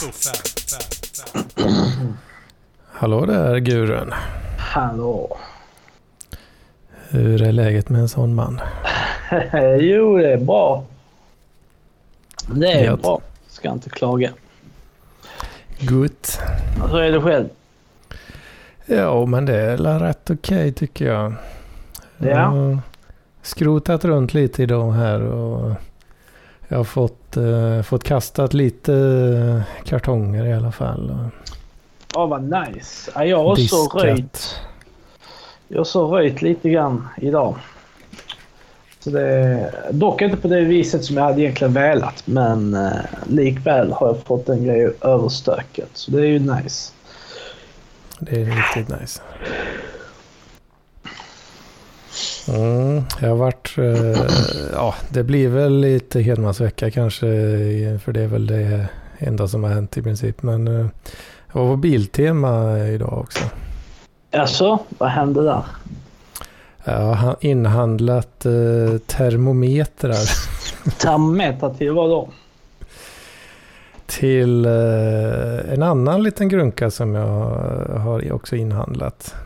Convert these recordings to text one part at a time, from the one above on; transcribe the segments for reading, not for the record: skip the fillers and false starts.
Hallå där, Gurun. Hallå. Hur är läget med en sån man? Jo, det är bra. Det är Gött. bra. Ska inte klaga. Gott. Så är det själv. Ja, men det är rätt okej tycker jag. Ja. Jag har skrotat runt lite idag här och jag har fått kastat lite kartonger i alla fall. Vad nice. Ja, jag har så röjt. Jag har så röjt lite grann idag. Så det är dock inte på det viset som jag hade egentligen velat. Men likväl har jag fått en grej överstökat. Så det är ju nice. Det är riktigt nice. Jag har varit... det blir väl lite helmansvecka kanske. För det är väl det enda som har hänt i princip. Men jag var på Biltema idag också. Alltså, vad hände där? Jag har inhandlat termometrar. Termometrar till vad då? Till en annan liten grunka som jag har också inhandlat.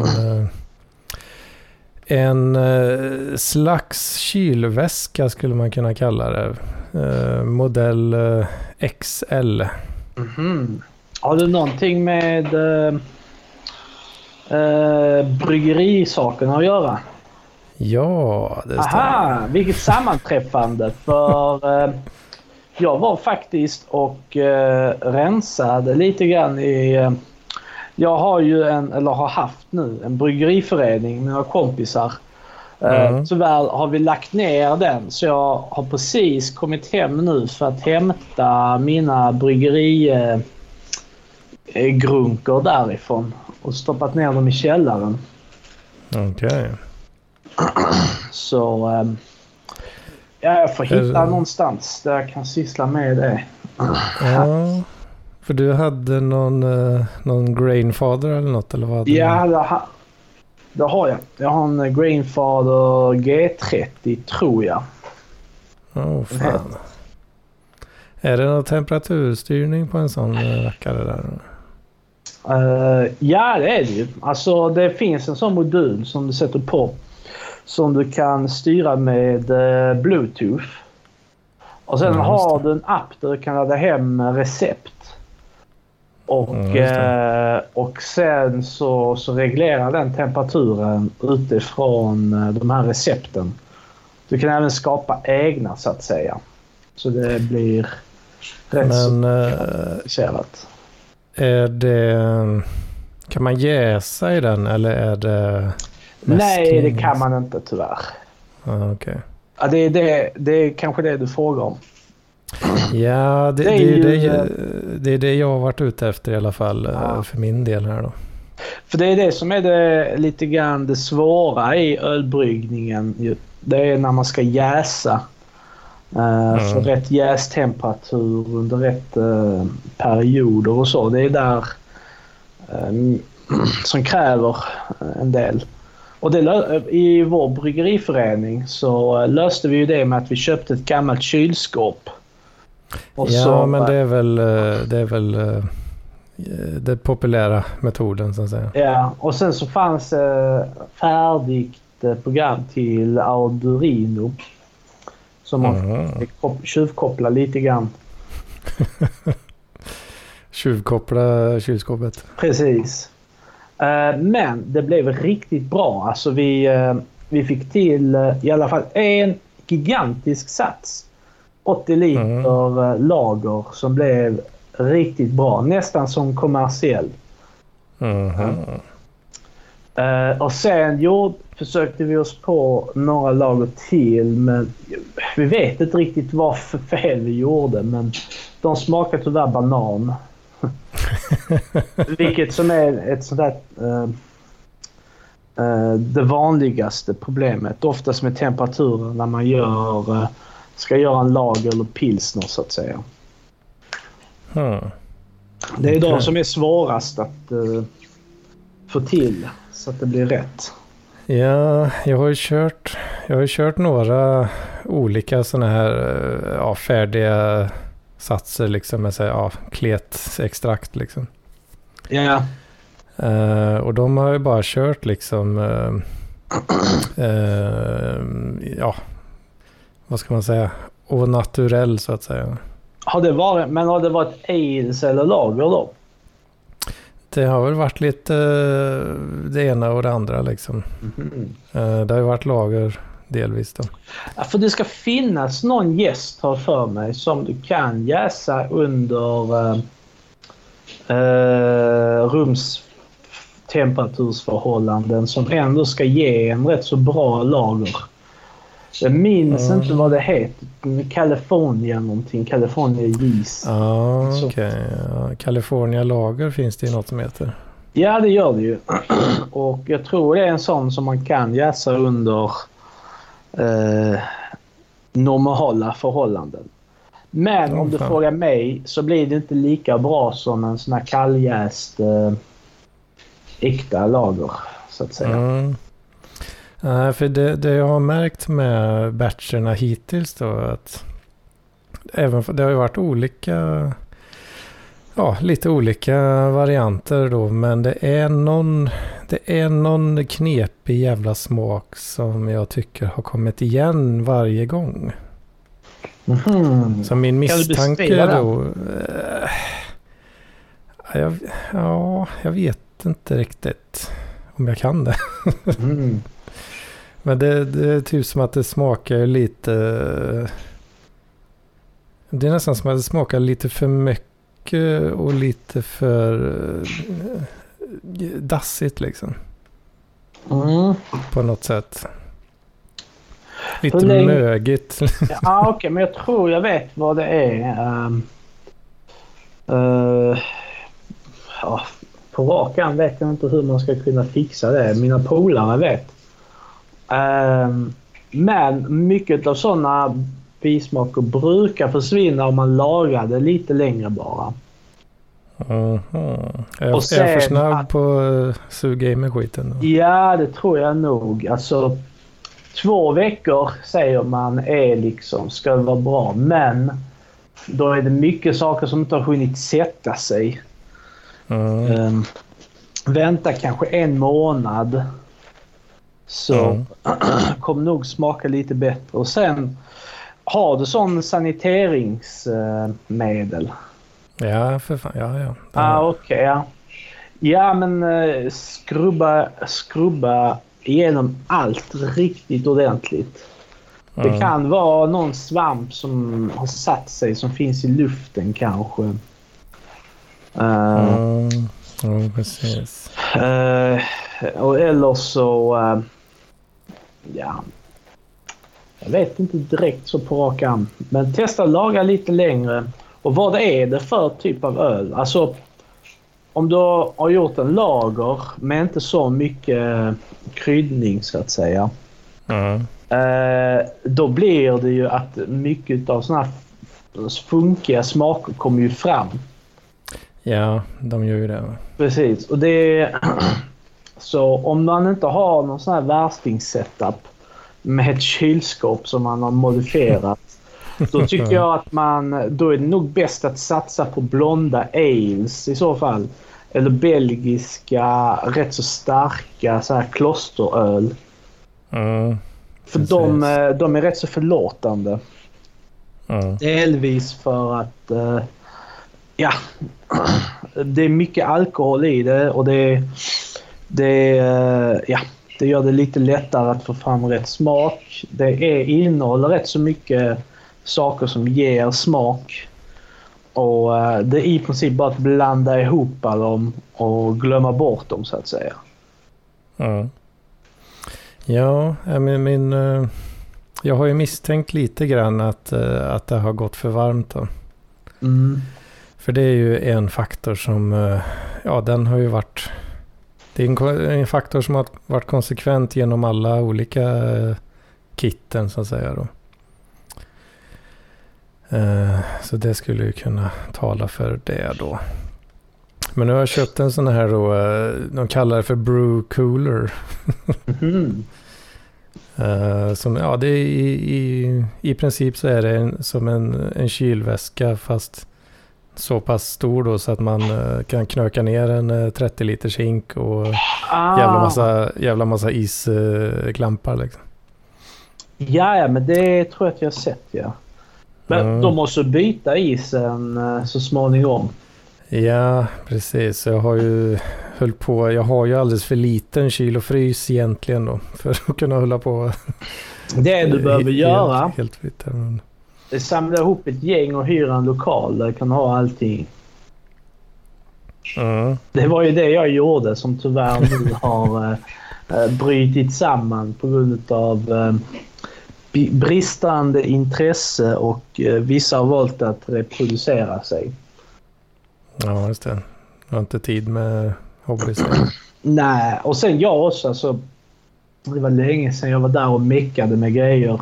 En slags kylväska skulle man kunna kalla det. Modell XL. Mm-hmm. Har du någonting med bryggerisakerna att göra? Ja, det stämmer. Aha, vilket sammanträffande. För jag var faktiskt och rensade lite grann i... jag har ju har haft nu en bryggeriförening med några kompisar. Tyvärr har vi lagt ner den, så jag har precis kommit hem nu för att hämta mina bryggerigrunkor därifrån och stoppat ner dem i källaren. Okej. Så jag får hitta någonstans där jag kan syssla med det. Ja, för du hade någon Grainfather eller något, eller vad? Ja, det har jag. Jag har en Grainfather G30 tror jag. Fan. Är det någon temperaturstyrning på en sån rackare där? Ja, det är det ju. Alltså det finns en sån modul som du sätter på som du kan styra med Bluetooth. Och sen har du en app där du kan ladda hem recept. Och sen så reglerar den temperaturen utifrån de här recepten. Du kan även skapa egna så att säga. Så det blir rätt komplicerat. Är det... Kan man jäsa i den eller är det... Nej, det kan man inte tyvärr. Okej. Ja, det är kanske det du frågar om. Ja, det är det jag har varit ute efter i alla fall för min del här då. För det är det som är det lite grann det svåra i ölbryggningen. Det är när man ska jäsa för rätt jästemperatur under rätt perioder och så. Det är där som kräver en del. Och i vår bryggeriförening så löste vi ju det med att vi köpte ett gammalt kylskåp. Och men det är väl den populära metoden så att säga. Ja, och sen så fanns färdigt program till Arduino som man tjuvkoppla lite grann. Tjuvkoppla kylskåpet. Precis. Men det blev riktigt bra. Alltså vi fick till i alla fall en gigantisk sats. 80 liter lager som blev riktigt bra. Nästan som kommersiell. Och sen försökte vi oss på några lager till. Men vi vet inte riktigt vad för fel vi gjorde. Men de smakade tyvärr banan. Vilket som är ett sånt där det vanligaste problemet. Oftast med temperaturen när man ska göra en lager eller pilsner så att säga. Det är de som är svårast att få till så att det blir rätt. Ja, jag har ju kört några olika såna här färdiga satser liksom med kletextrakt liksom. Ja. Och de har ju bara kört liksom vad ska man säga, au naturell så att säga. Har det varit ales eller lager då? Det har väl varit lite det ena och det andra liksom. Det har ju varit lager delvis då. Ja, för det ska finnas någon gäst här för mig som du kan jäsa under rumstemperatursförhållanden som ändå ska ge en rätt så bra lager. Jag minns inte vad det heter. California någonting. California yeast. Okej. California lager finns det något som heter. Ja, det gör det ju. Och jag tror det är en sån som man kan jäsa under normala förhållanden. Men om du frågar mig så blir det inte lika bra som en sån här kalljäst äkta lager så att säga. För det jag har märkt med batcherna hittills då att även det har ju varit olika lite olika varianter då, men det är någon knepig jävla smak som jag tycker har kommit igen varje gång. Så min misstanke då jag vet inte riktigt om jag kan det. Men det är typ som att det smakar lite... Det är nästan som att det smakar lite för mycket och lite för dassigt liksom. På något sätt. Lite mögigt. Okej, men jag tror jag vet vad det är. På rakan vet jag inte hur man ska kunna fixa det. Mina polare vet. Men mycket av sådana bismaker brukar försvinna om man lagar det lite längre bara. Jag är för snabb på suga i med skiten då. Ja, det tror jag nog. Alltså 2 veckor säger man är liksom ska det vara bra, men då är det mycket saker som inte har hunnit sätta sig. Vänta kanske 1 månad så kommer nog smaka lite bättre. Och sen har du sån saniteringsmedel. Ja, för fan. Ja. Okej, ja. Ja, men skrubba igenom allt riktigt ordentligt. Det kan vara någon svamp som har satt sig som finns i luften kanske. Precis. Eller så jag vet inte direkt så på rakan. Men testa laga lite längre. Och vad är det för typ av öl? Alltså om du har gjort en lager med inte så mycket kryddning så att säga. Då blir det ju att mycket av såna här funkiga smaker kommer ju fram. Ja, de gör ju det. Precis. Och det så om man inte har någon sån här värsting-setup med ett kylskåp som man har modifierat, då tycker jag att då är det nog bäst att satsa på blonda ales i så fall. Eller belgiska, rätt så starka så här klosteröl. För de är rätt så förlåtande. Delvis för att det är mycket alkohol i det och det gör det lite lättare att få fram rätt smak. Det innehåller rätt så mycket saker som ger smak. Och det är i princip bara att blanda ihop dem och glömma bort dem så att säga. Ja, jag har ju misstänkt lite grann att det har gått för varmt då. För det är ju en faktor som, den har ju varit, det är en faktor som har varit konsekvent genom alla olika kitten så att säga då. Så det skulle ju kunna tala för det då. Men nu har jag köpt en sån här då, de kallar det för brew cooler. Som, ja, det är i princip så är det som en kylväska fast så pass stor då så att man kan knöka ner en 30 liters hink och jävla massa isklampar liksom. Ja, men det tror jag att jag har sett, ja. Men de måste byta isen så småningom. Ja, precis. Jag har ju alldeles för liten kyl och frys egentligen då för att kunna hålla på. Det du behöver göra helt fritt. är samla ihop ett gäng och hyra en lokal där du kan ha allting. Det var ju det jag gjorde som tyvärr nu har brytit samman på grund av bristande intresse och vissa har valt att reproducera sig. Ja, just det. Jag har inte tid med hobbys. Nej, och sen jag också. Alltså, det var länge sedan jag var där och meckade med grejer.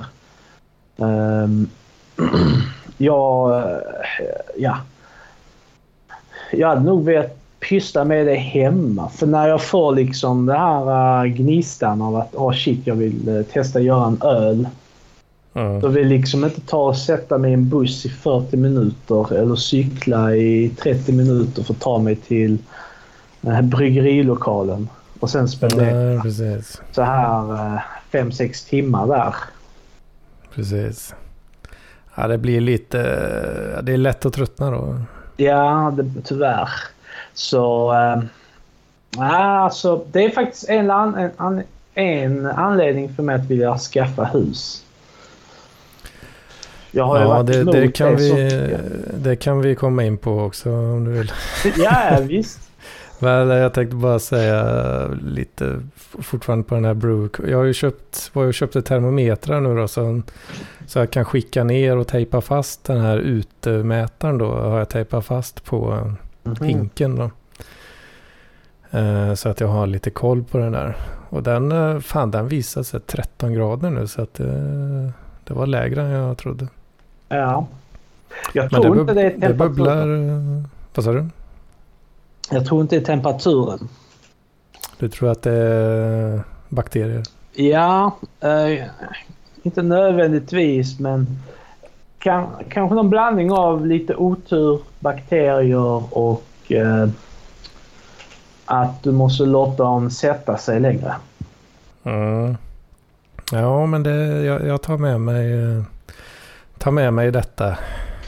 Jag hade nog velat pyssla med det hemma. För när jag får liksom det här gnistan av att jag vill testa göra en öl. Då vill liksom inte ta och sätta mig i en buss i 40 minuter eller cykla i 30 minuter för att ta mig till bryggerilokalen och sen spendera så här 5-6 timmar där. Precis. Ja, det blir lite, det är lätt att tröttna då. Ja, tyvärr. Så alltså, det är faktiskt en anledning för mig att vilja skaffa hus. Jag har ju varit det kan vi komma in på också om du vill. Ja, visst. Väl, jag tänkte bara säga lite fortfarande på den här brew. Jag har ju köpt termometrar nu då så jag kan skicka ner och tejpa fast den här utmätaren då. Har jag tejpat fast på hinken då. Så att jag har lite koll på den där. Och den visar sig 13 grader nu så att det var lägre än jag trodde. Ja. Jag tror inte det är temperaturen. Det bubblar. Vad sa du? Jag tror inte det är temperaturen. Du tror att det är bakterier? Ja, inte nödvändigtvis, men kanske någon blandning av lite otur, bakterier och att du måste låta dem sätta sig längre. Ja, men jag tar med mig detta.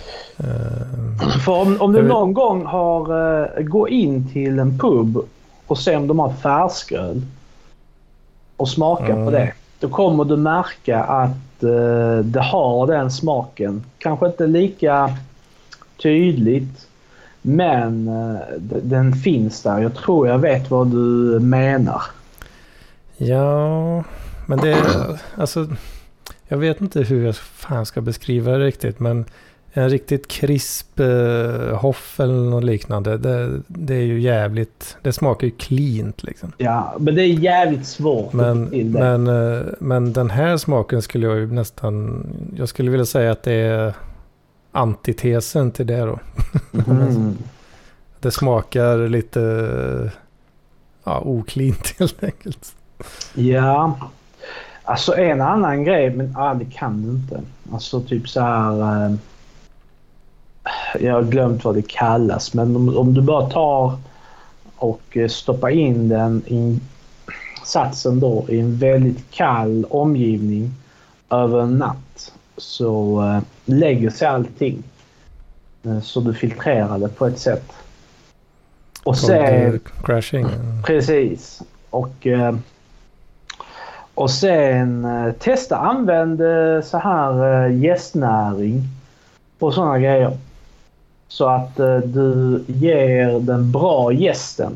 För om du någon gång har gå in till en pub och se om de har färsköl och smaka på det, då kommer du märka att det har den smaken. Kanske inte lika tydligt, men den finns där. Jag tror jag vet vad du menar. Ja, men det alltså jag vet inte hur jag fan ska beskriva det riktigt, men en riktigt krisp hoff eller något liknande, det är ju jävligt, det smakar ju cleant liksom. Ja, men det är jävligt svårt att få till det. Men den här smaken skulle jag ju nästan, jag skulle vilja säga att det är antitesen till det då. Det smakar lite ocleant helt enkelt. Ja, alltså en annan grej, men det kan du inte. Alltså typ så här, jag har glömt vad det kallas, men om du bara tar och stoppar in den i satsen då i en väldigt kall omgivning över en natt, så lägger sig allting så du filtrerar det på ett sätt. Och sen crashing. Precis. Och sen testa använd så här jästnäring på sådana grejer. Så att du ger den bra gästen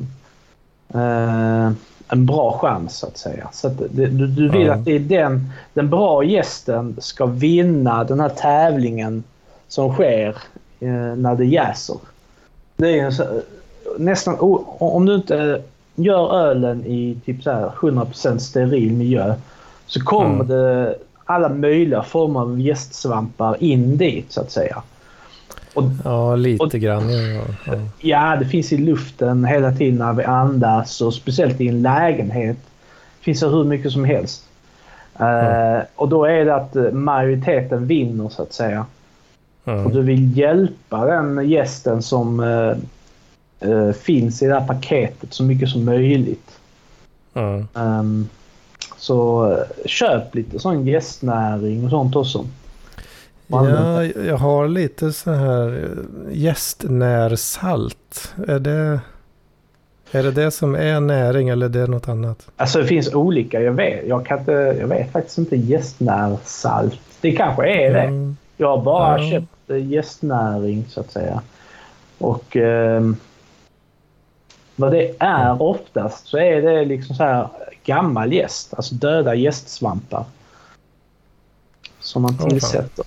en bra chans så att säga. Så att du vill att det är den bra gästen ska vinna den här tävlingen som sker när det jäser. Det är nästan om du inte gör ölen i typ så här 100% steril miljö, så kommer det alla möjliga former av jästsvampar in dit så att säga. Lite grann. Ja, det finns i luften hela tiden när vi andas, och speciellt i en lägenhet finns det hur mycket som helst. Och då är det att majoriteten vinner så att säga. Och du vill hjälpa den gästen som finns i det här paketet så mycket som möjligt. Så köp lite sån gästnäring och sånt också. Ja, jag har lite så här gästnärsalt. Är det som är näring eller är det något annat? Alltså det finns olika. Jag vet faktiskt inte gästnärsalt. Det kanske är det. Jag har bara köpt gästnäring så att säga. Och vad det är oftast så är det liksom så här gammal gäst. Alltså döda gästsvampar. Som man tillsätter.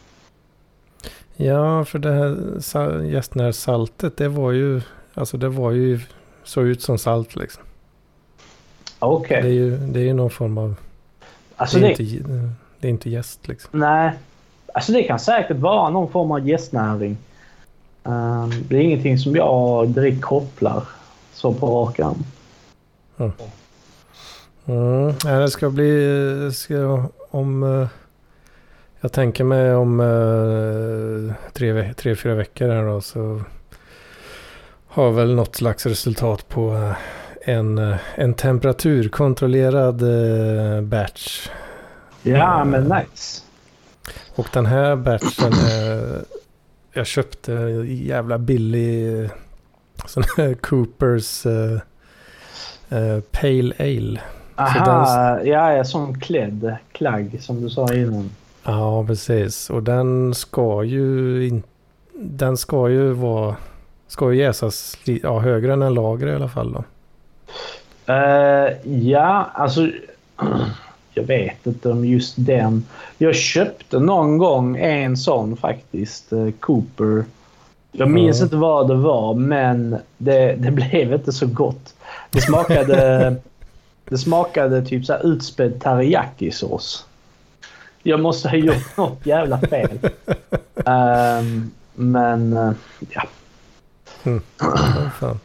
Ja, för det här gästnärsaltet det var ju så ut som salt liksom. Okej. Det är ju någon form av alltså det är inte gäst liksom. Nej. Alltså det kan säkert vara någon form av gästnäring. Det är ingenting som jag direkt kopplar så på rak arm. Det ska bli jag tänker mig om 3-4 veckor här då, så har väl något slags resultat på en temperaturkontrollerad batch. Ja, men nice. Och den här batchen jag köpte jävla billig sån här Coopers Pale Ale. Aha, sån klagg som du sa innan. Ja, precis. Och den ska ju jäsas högre än en lager i alla fall då. Ja, alltså jag vet inte om just den. Jag köpte någon gång en sån faktiskt, Cooper. Jag minns inte vad det var, men det blev inte så gott. Det smakade typ så här utspädd teriyaki-sås. Jag måste ha gjort något jävla fel. Men ja. Fan.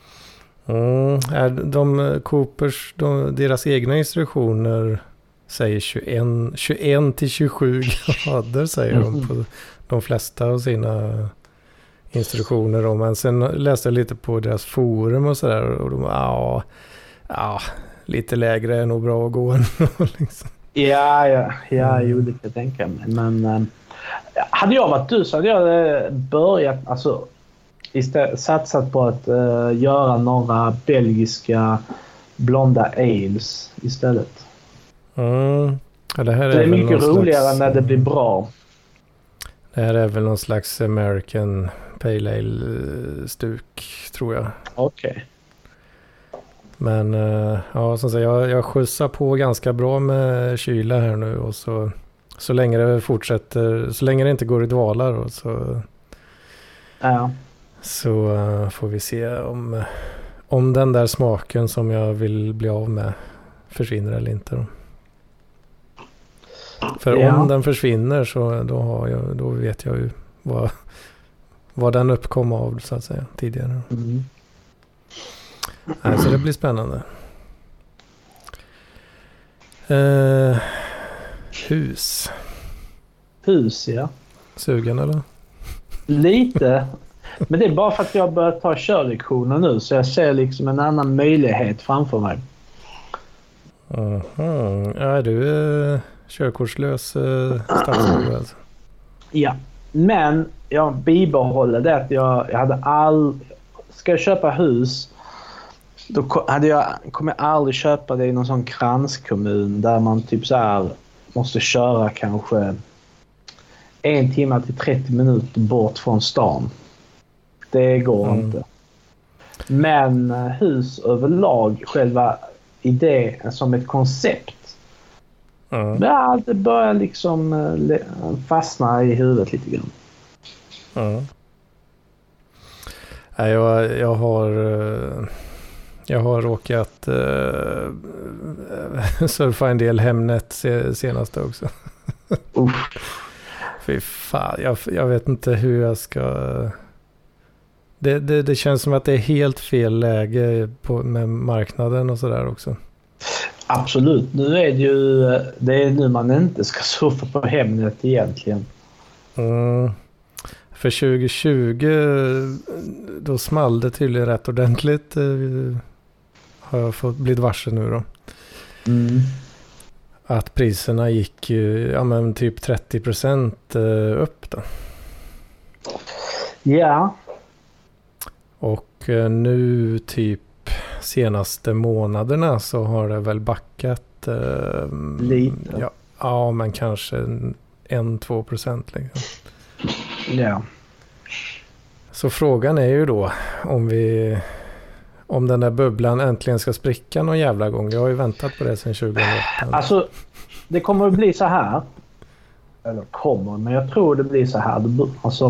De Coopers, deras egna instruktioner säger 21 till 27 grader säger de på de flesta av sina instruktioner. Men sen läste jag lite på deras forum och sådär och de lite lägre är nog bra att gå ändå liksom. Ja, jo, det kan jag tänka mig. Men hade jag varit du så hade jag börjat satsat på att göra några belgiska blonda ales istället. Ja, det är mycket roligare när det blir bra. Det här är väl någon slags American Pale Ale-stuk, tror jag. Okej. Men som sagt, jag skjutsar på ganska bra med kyla här nu och så länge det fortsätter, så länge det inte går i dvalar och så får vi se om den där smaken som jag vill bli av med försvinner eller inte då. För om den försvinner så då vet jag ju vad den uppkom av så att säga tidigare. Så det blir spännande. Hus, ja. Sugen eller? Lite. Men det är bara för att jag börjar ta körlektioner nu så jag ser liksom en annan möjlighet framför mig. Ja, du är körkortslös stadsborgare alltså. Ja, men jag bibehåller det att jag hade ska jag köpa hus då kommer jag aldrig köpa det i någon sån kranskommun där man typ så här måste köra kanske 1 timme till 30 minuter bort från stan. Det går inte. Men hus överlag, själva idén som ett koncept. Det börjar liksom fastna i huvudet lite grann. Jag har råkat surfa en del Hemnet senaste också. Fy fan, jag vet inte hur jag ska... Det känns som att det är helt fel läge med marknaden och sådär också. Absolut. Nu är det är nu man inte ska surfa på Hemnet egentligen. För 2020 då small det tydligen rätt ordentligt. Har jag fått blivit varse nu då. Att priserna gick typ 30% upp då. Ja. Och nu typ senaste månaderna så har det väl backat lite. Ja, men kanske 1-2% liksom. Ja. Så frågan är ju då om den där bubblan äntligen ska spricka någon jävla gång. Jag har ju väntat på det sedan 2008. Alltså, det kommer att bli så här. Men jag tror det blir så här. Alltså,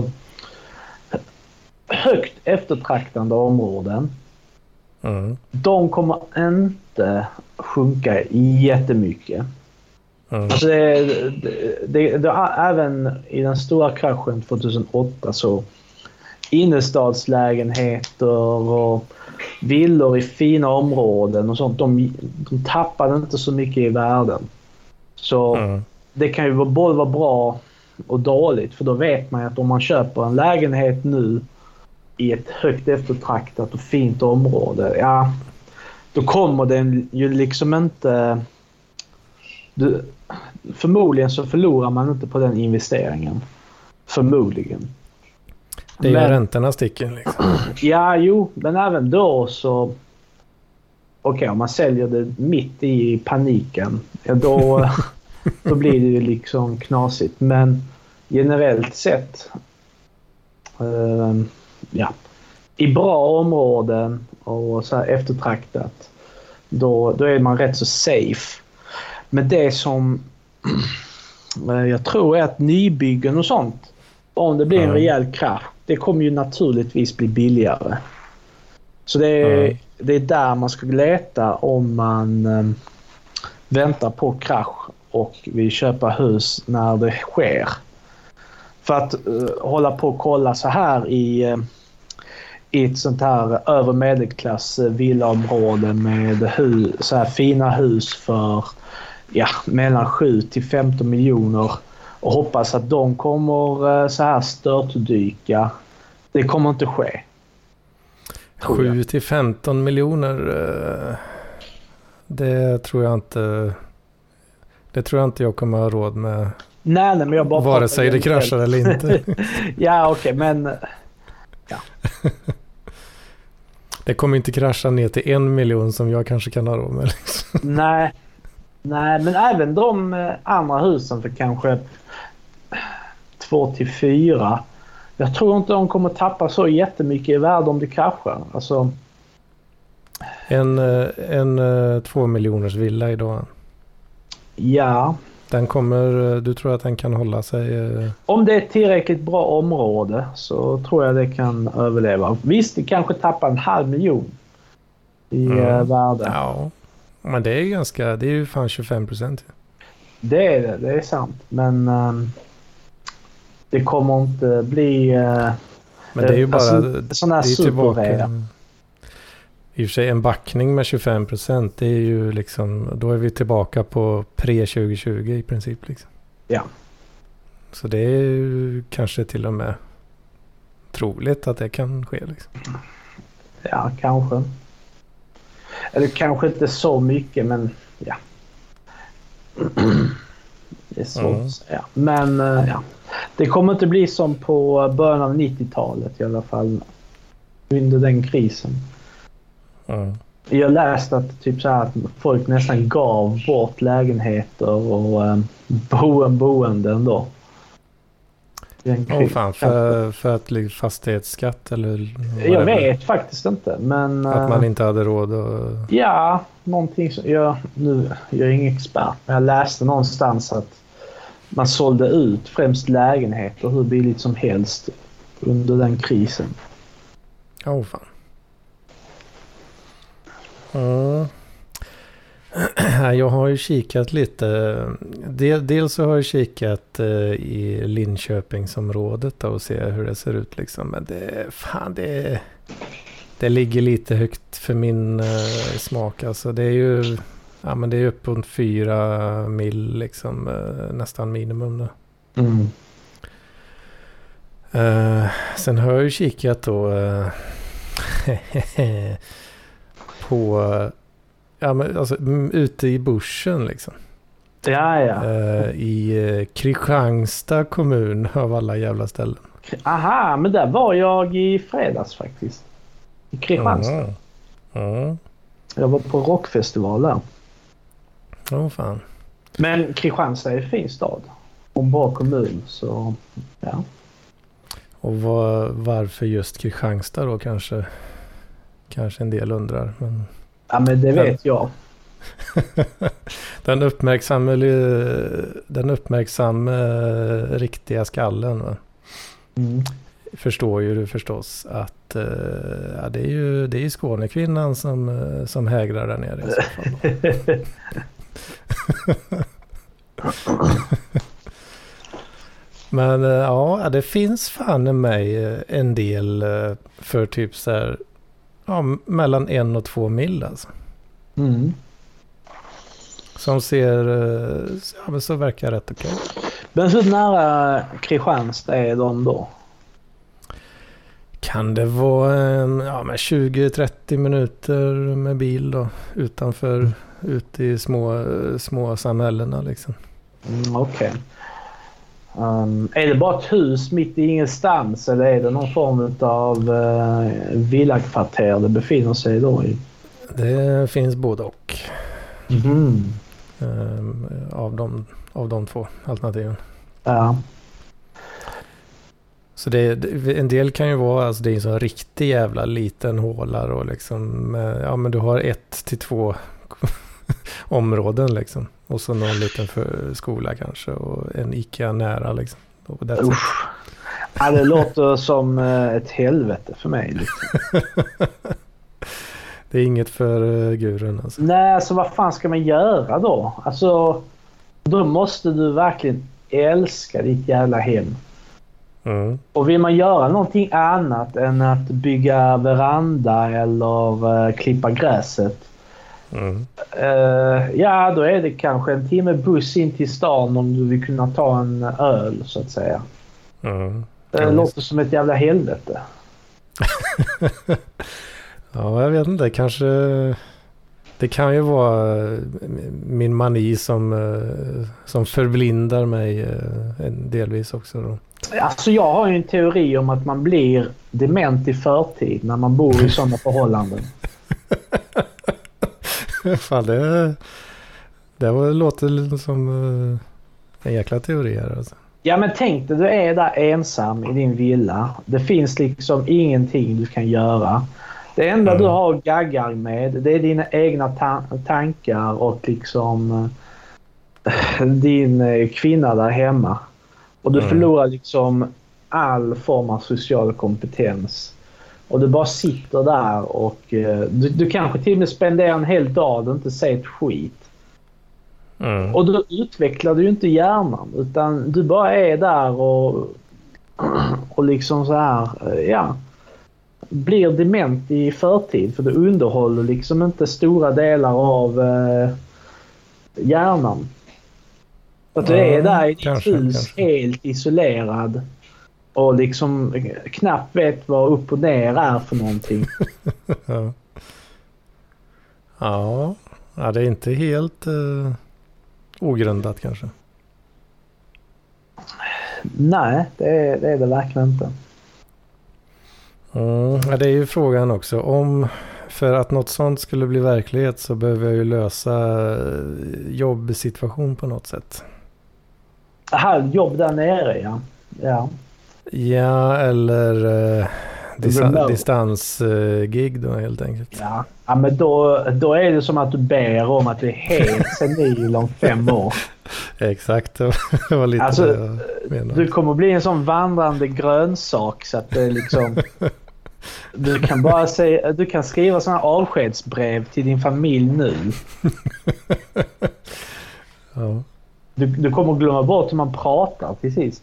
högt eftertraktande områden. De kommer inte sjunka jättemycket. Alltså även i den stora kraschen 2008 så innerstadslägenheter och villor i fina områden och sånt, de tappade inte så mycket i värden. Så det kan ju både vara bra och dåligt, för då vet man att om man köper en lägenhet nu i ett högt eftertraktat och fint område, då kommer den ju liksom inte... Förmodligen så förlorar man inte på den investeringen. Förmodligen. Det är ju räntorna sticker liksom. Ja, jo, men även då så... Okej, om man säljer det mitt i paniken, då blir det ju liksom knasigt. Men generellt sett... i bra områden och så här eftertraktat, då är man rätt så safe. Men det som jag tror är att nybyggen och sånt, om det blir en rejäl krasch, det kommer ju naturligtvis bli billigare. Så det är där man ska leta om man väntar på krasch och vill köpa hus när det sker. För att hålla på och kolla så här i ett sånt här över medelklass villaområde med så här fina hus för mellan 7 till 15 miljoner och hoppas att de kommer så här störtdyka. Det kommer inte ske. 7 till 15 miljoner, det tror jag inte jag kommer ha råd med. Nej, men jag bara vare sig det kraschar eller inte. Ja, okej, men ja. Det kommer inte krascha ner till 1 miljon som jag kanske kan ha råd med. Liksom. Nej, men även de andra husen för kanske 2 till 4. Jag tror inte de kommer tappa så jättemycket i värde om det kraschar. Alltså... En 2 miljoners villa idag. Ja. Du tror att den kan hålla sig? Om det är ett tillräckligt bra område så tror jag det kan överleva. Visst, det kanske tappar 500 000 i värde. Ja, men det är ju fan 25%. Det är sant. Men det kommer inte bli... men det är ju bara... sån här superrea. I och för sig en backning med 25%, det är ju liksom, då är vi tillbaka på pre-2020 i princip liksom. Ja. Så det är ju kanske till och med troligt att det kan ske liksom. Ja, kanske. Eller kanske inte så mycket, men ja. Det är svårt att säga. Men det kommer inte bli som på början av 90-talet i alla fall. Under den krisen. Jag läste att typ så här att folk nästan gav bort lägenheter och boenden då. Fan, för att bli fastighetsskatt eller? Jag vet faktiskt inte, men att man inte hade råd och... Ja, någonting så. Jag är ingen expert, men jag läste någonstans att man sålde ut främst lägenheter hur billigt som helst under den krisen. Fan. Jag har ju kikat lite. Dels så har jag kikat i Linköpingsområdet och se hur det ser ut liksom. Men det ligger lite högt för min smak. Alltså det är ju Ja, men det är uppåt 4 mil liksom, nästan minimum då. Mm. Sen har jag ju kikat då på, ja men alltså ute i bushen liksom. Ja. I Kristianstad kommun av alla jävla ställen. Aha, men där var jag i fredags faktiskt. I Kristianstad. Mm. Jag var på rockfestival där. Åh fan. Men Kristianstad är en fin stad. Och en bra kommun, så ja. Och varför just Kristianstad då kanske en del undrar. Men Ja, men det vet jag. Den uppmärksamma riktiga skallen, va? Mm. Förstår ju du förstås att ja, det är ju Skånekvinnan som hägrar där nere i så fall. Men ja, det finns fan i mig en del för typ så här, ja, mellan 1 och 2 mil alltså. Mm. Som ser, ja men så verkar rätt okej. Men hur nära Kristianstad är de då? Kan det vara ja, 20-30 minuter med bil då, utanför, ute i små samhällena liksom. Okej. Är det bara ett hus mitt i ingenstans, eller är det någon form av villakvarter det befinner sig då i? Det finns både och. Mm. Av de två alternativen. Ja. Så en del kan ju vara, alltså det är en sån riktig jävla liten håla och liksom, ja men du har 1 till 2 områden liksom. Och så någon liten skola kanske och en ICA nära liksom. Ja, det låter som ett helvete för mig liksom. Det är inget för gurun alltså. Nej, så vad fan ska man göra då? Alltså, då måste du verkligen älska ditt jävla hem. Mm. Och vill man göra någonting annat än att bygga veranda eller klippa gräset, ja, då är det kanske en timme buss in till stan om du vill kunna ta en öl så att säga. Det låter som ett jävla helvete. Ja, jag vet inte, kanske det kan ju vara min mani som förblindar mig delvis också då. Alltså jag har ju en teori om att man blir dement i förtid när man bor i sådana förhållanden. Fan, det låter som en jäkla teori här alltså. Ja, men tänk dig, du är där ensam i din villa. Det finns liksom ingenting du kan göra. Det enda du har gaggar med, det är dina egna tankar och liksom din kvinna där hemma. Och du förlorar liksom all form av social kompetens. Och du bara sitter där och du kanske till och med spenderar en hel dag och inte säger ett skit. Och då utvecklar du ju inte hjärnan, utan du bara är där och liksom så här, ja, blir dement i förtid, för du underhåller liksom inte stora delar av hjärnan. Att du är där i ditt hus helt isolerad och liksom knappt vet vad upp och ner är för någonting. Ja, det är inte helt ogrundat kanske. Nej, det är det verkligen inte. Det är ju frågan också. För att något sånt skulle bli verklighet så behöver jag ju lösa jobbsituation på något sätt. Aha, jobb där nere, ja. Ja, eller distansgig då helt enkelt. Ja, men då är det som att du ber om att du är helt senil om 5 år. Exakt, det var lite alltså, det jag menade. Du kommer bli en sån vandrande grönsak så att det liksom... Du kan skriva såna avskedsbrev till din familj nu. Ja. Du kommer glömma bort hur man pratar till sist.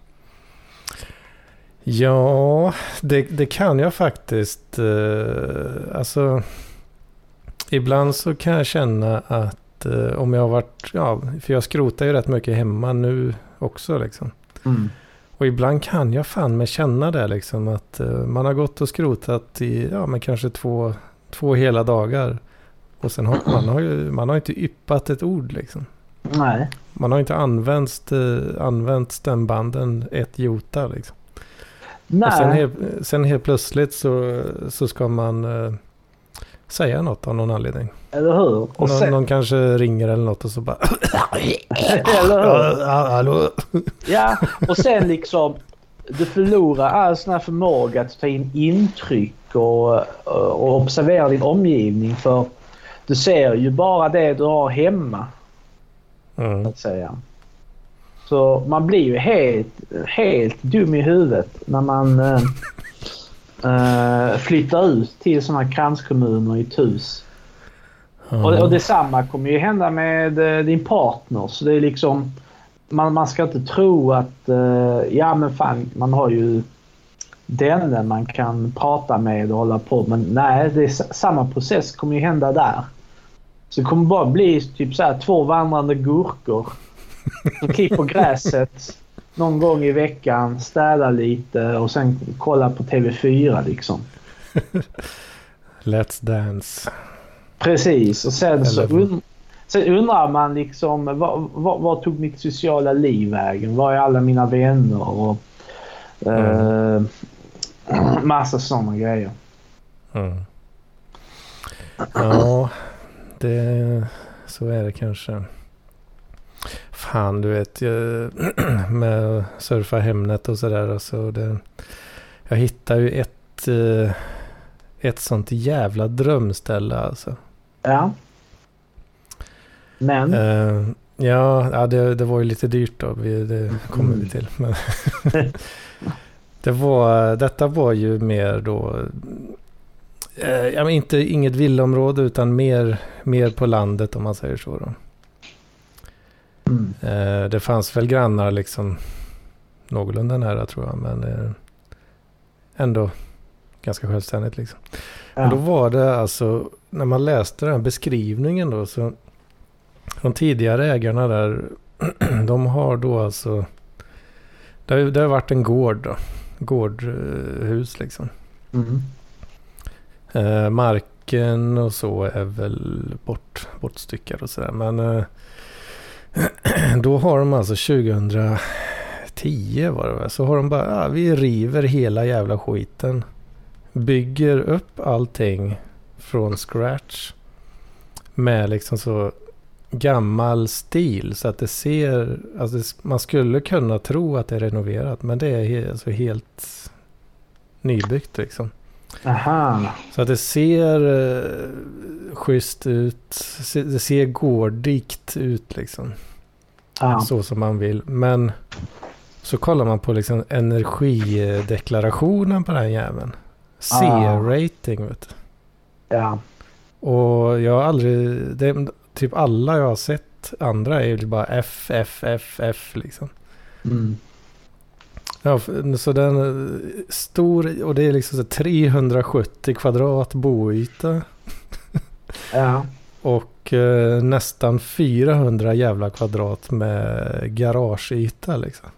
Ja, det kan jag faktiskt. Alltså, ibland så kan jag känna att om jag har varit, för jag skrotar ju rätt mycket hemma nu också liksom. Och ibland kan jag fan med känna det liksom, att man har gått och skrotat i, men kanske två hela dagar. Och sen har man har inte yppat ett ord liksom. Nej. Man har inte använt stämbanden ett jota liksom. Nej. Och sen helt plötsligt så ska man säga något av någon anledning. Eller hur? Och någon kanske ringer eller något och så bara... Eller hur? Hallå? Ja, och sen liksom du förlorar all sån här förmåga att ta in intryck och observera din omgivning, för du ser ju bara det du har hemma. Att säga. Så man blir ju helt dum i huvudet när man flyttar ut till såna här kranskommuner i ett hus. Och detsamma kommer ju hända med din partner. Så det är liksom, man ska inte tro att men fan, man har ju denne man kan prata med och hålla på. Men nej, det är samma process kommer ju hända där. Så det kommer bara bli typ så här 2 vandrande gurkor som klipper gräset någon gång i veckan, städa lite och sen kolla på TV4 liksom. Let's Dance. Precis, och sen undrar man liksom vad tog mitt sociala liv vägen? Var är alla mina vänner? Och massa sådana grejer. Ja, så är det kanske. Fan, du vet, med surfa Hemnet och sådär. Alltså jag hittar ju ett sånt jävla drömställe alltså. Ja. Men? Det var ju lite dyrt då. Det kommer vi till. Men detta var ju mer då... inget villaområde utan mer på landet om man säger så då. Det fanns väl grannar liksom någorlunda nära tror jag, men ändå ganska självständigt liksom. Men då var det alltså, när man läste den här beskrivningen då, så de tidigare ägarna där de har då alltså det har varit en gård då, gårdhus liksom. Marken och så är väl bortstyckad och sådär, men då har de alltså 2010 var det väl, så har de bara, vi river hela jävla skiten, bygger upp allting från scratch med liksom så gammal stil så att det ser, alltså man skulle kunna tro att det är renoverat, men det är alltså helt nybyggt liksom. Aha. Så att det ser schysst ut, det ser gårdigt ut liksom. Så som man vill, men så kollar man på liksom energideklarationen på den här jäveln. C-rating vet du. Ja. Och jag har aldrig, typ alla jag har sett andra är ju bara F liksom. Ja, så den är stor och det är liksom så 370 kvadrat boyta. Ja. Och nästan 400 jävla kvadrat med garageyta liksom.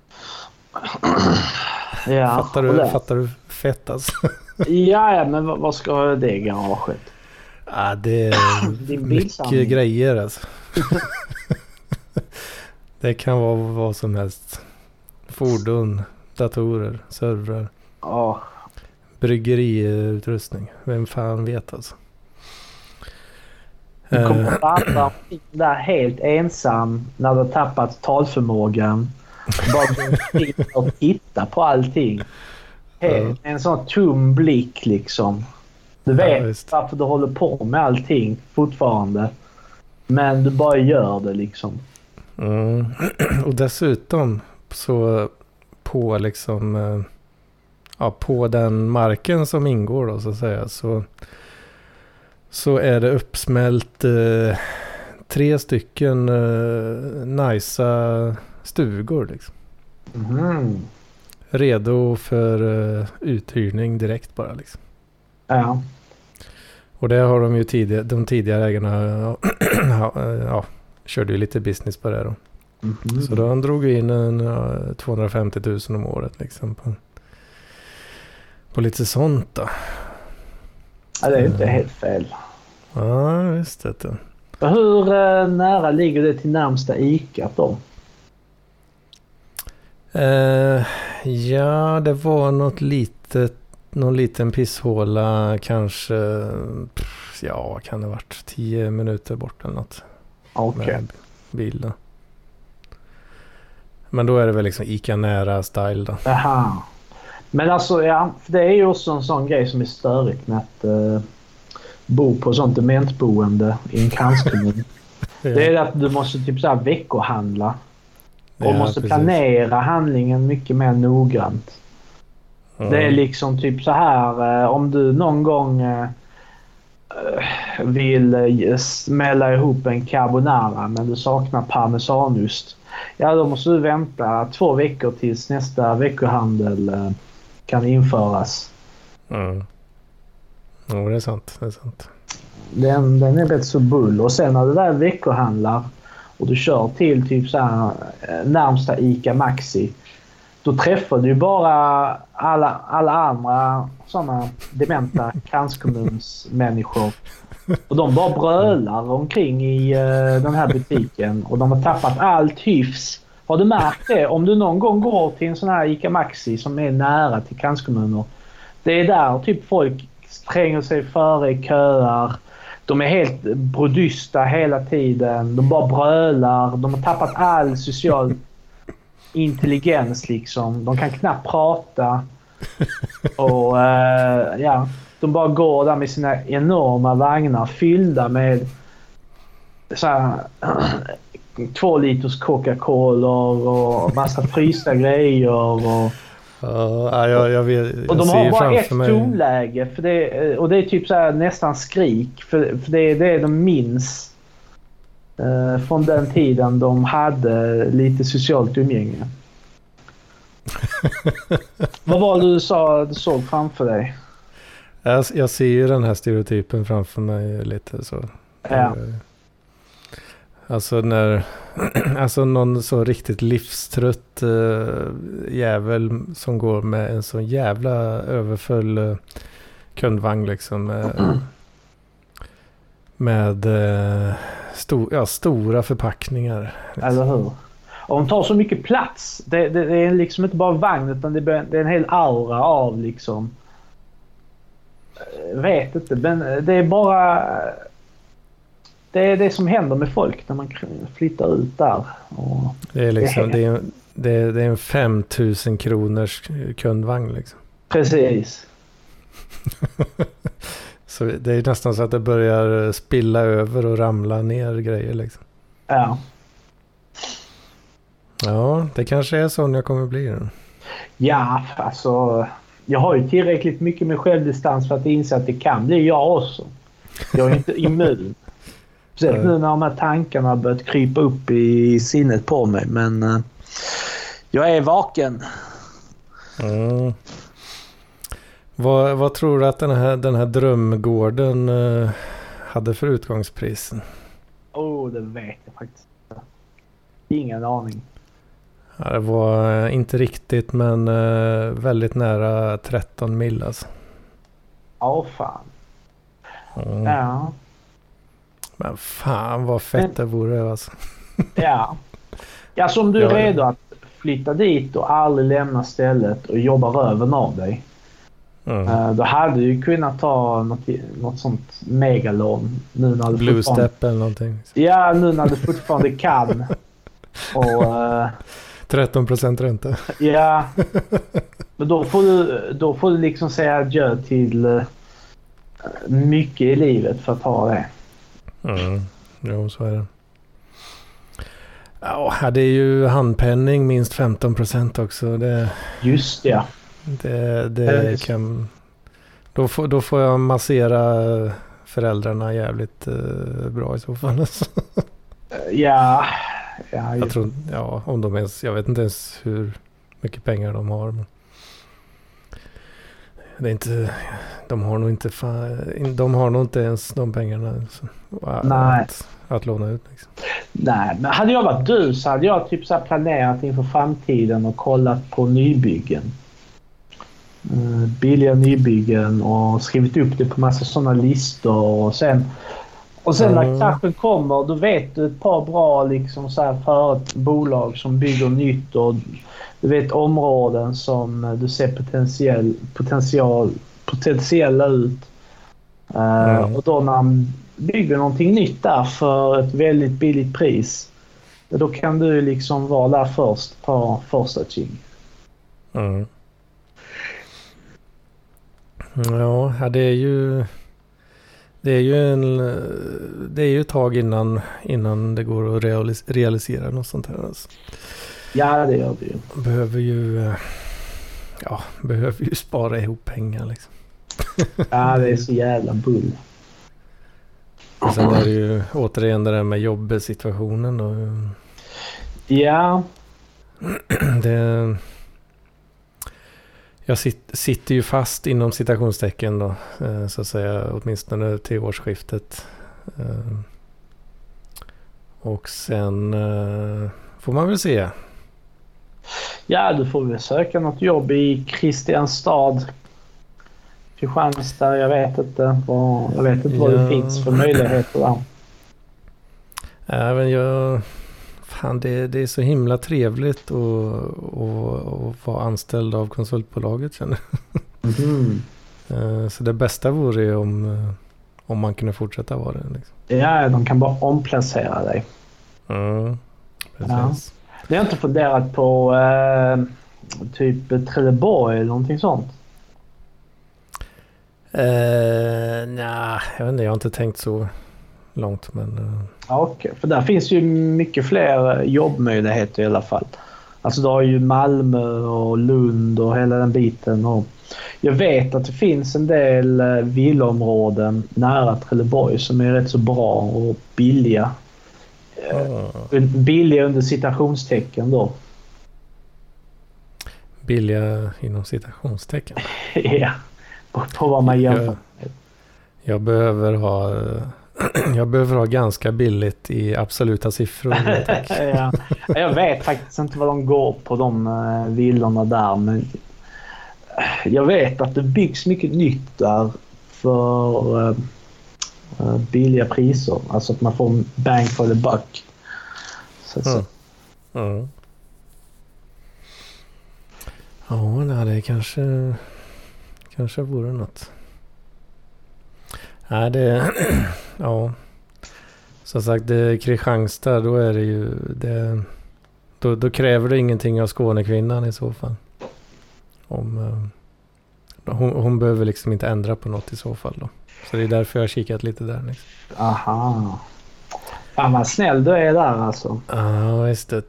Ja. Fattar du fett alltså? Ja, men vad ska det garaget? Ja, det är mycket grejer alltså. Det kan vara vad som helst. Fordon, datorer, servrar. Ja. Bryggeriutrustning. Vem fan vet alltså. Du kommer att vandra där helt ensam när du har tappat talförmågan. Bara och titta på allting. En sån tom blick liksom. Du vet varför du håller på med allting fortfarande. Men du bara gör det liksom. Och dessutom så på liksom på den marken som ingår då så att säga, så är det uppsmält 3 stycken nice stugor liksom. Redo för uthyrning direkt bara liksom. Ja. Och det har de ju de tidigare ägarna körde ju lite business på det då. Mhm. Så då han drog in 250 000 om året liksom på lite sånt då. Ja, det är ju inte helt fel. Ja, visst det. Hur nära ligger det till närmsta ICA då? Ja, det var någon liten pisshåla kanske, kan det ha varit 10 minuter bort eller något. Okej. Med bil då. Men då är det väl liksom ICA nära style då. Aha. Men alltså, ja, för det är ju också en sån grej som är störigt med att bo på sånt dementboende i en kranskommun. Ja. Det är att du måste typ så här veckohandla. Och måste precis. planera handlingen mycket mer noggrant. Ja. Det är liksom typ så här om du någon gång vill smälla ihop en carbonara men du saknar parmesanost. Ja, då måste du vänta 2 veckor tills nästa veckohandel kan införas. Mm. Ja, det är sant. Den är rätt så bull. Och sen när du där veckohandlar och du kör till typ så här närmsta ICA Maxi, då träffar du bara alla andra sådana dementa kranskommunsmänniskor. Och de bara brölar omkring i den här butiken. Och de har tappat allt hyfs. Har du märkt det? Om du någon gång går till en sån här ICA Maxi som är nära till kranskommuner. Det är där typ folk tränger sig före i köer. De är helt brodysta hela tiden. De bara brölar. De har tappat all social intelligens liksom. De kan knappt prata. Och de bara går där med sina enorma vagnar fyllda med så här 2 liters Coca-Cola och massa frysta grejer och jag vet. och de ser har bara ett mig. tonläge för det, och det är typ så här nästan skrik för det är det de minns från den tiden de hade lite socialt umgänge. Vad var det du såg framför dig? Jag ser ju den här stereotypen framför mig lite så. Ja. Alltså alltså någon så riktigt livstrött jävel som går med en så jävla överfull kundvagn liksom med stora förpackningar. Eller hur? Och de tar så mycket plats. Det är liksom inte bara vagn utan det är en hel aura av liksom. Vet inte, men det är bara det är det som händer med folk när man flyttar ut där. Och det är liksom det är en 5000 kronors kundvagn liksom. Precis. Så det är nästan så att det börjar spilla över och ramla ner grejer liksom. Ja. Ja, det kanske är så jag kommer bli. Ja, alltså jag har ju tillräckligt mycket med självdistans för att inse att det kan bli jag också. Jag är inte immun. Speciellt nu när de här tankarna har börjat krypa upp i sinnet på mig. Men jag är vaken. Mm. Vad tror du att den här drömgården hade för utgångspris? Det vet jag faktiskt. Ingen aning. Ja, det var inte riktigt men väldigt nära 13 mil alltså. Fan. Mm. Ja. Men fan vad fett det vore alltså. Ja. Ja, som du är redo att flytta dit och aldrig lämna stället och jobba röven av dig. Då hade du ju kunnat ta något sånt megalån nu när du Blue Step eller någonting. Ja, nu när du fortfarande kan. Och 13% ränta. Ja. Men då får du liksom säga adjö till mycket i livet för att ha det. Jo, så är det. Ja, det är ju handpenning minst 15% också. Just ja. Det kan... Då får jag massera föräldrarna jävligt bra i så fall. Ja. Jag tror, om de ens... Jag vet inte ens hur mycket pengar de har. Men det är inte, de har nog inte ens de pengarna att låna ut. Liksom. Nej, men hade jag varit du så hade jag typ så här planerat inför framtiden och kollat på nybyggen. Billiga nybyggen och skrivit upp det på massa sådana listor och sen när kraschen kommer då vet du ett par bra liksom så här för ett bolag som bygger nytt och du vet områden som du ser potentiella ut. Och då när man bygger någonting nytt där för ett väldigt billigt pris då kan du liksom vara där först på första ching. Ja, det är ju ett tag innan det går att realisera något sånt här. Alltså. Ja, det gör det ju. Behöver ju spara ihop pengar liksom. Ja, det är så jävla bull. Och sen är det ju återigen det där med jobbsituationen och ja. Jag sitter ju fast inom citationstecken då, så att säga, åtminstone till årsskiftet. Och sen får man väl se. Ja, du får väl söka något jobb i Kristianstad, Kristianstad, jag vet inte vad det finns för möjligheter där. Även det är så himla trevligt att vara anställd av konsultbolaget, känner jag. Så det bästa vore ju om man kunde fortsätta vara det. Liksom. Ja, de kan bara omplacera dig. Precis. Ja. Det har inte funderat på typ Trelleborg eller någonting sånt? Nej, jag vet inte, jag har inte tänkt så långt, men... Okej, för där finns ju mycket fler jobbmöjligheter i alla fall. Alltså du har ju Malmö och Lund och hela den biten. Och jag vet att det finns en del villaområden nära Trelleborg som är rätt så bra och billiga. Billiga under citationstecken då. Billiga inom citationstecken? Ja, på vad man jämför. Jag behöver ha ganska billigt i absoluta siffror. Ja, jag vet faktiskt inte vad de går på de villorna där, men jag vet att det byggs mycket nytt där för billiga priser. Alltså att man får bang for the buck. Så. Ja, det kanske vore något. Nej, ja. Som sagt, Kristianstad, då är det ju då kräver det ingenting av Skånekvinnan i så fall. Hon behöver liksom inte ändra på något i så fall då. Så det är därför jag har kikat lite där. Liksom. Aha. Fan vad snäll du är där alltså. Ja,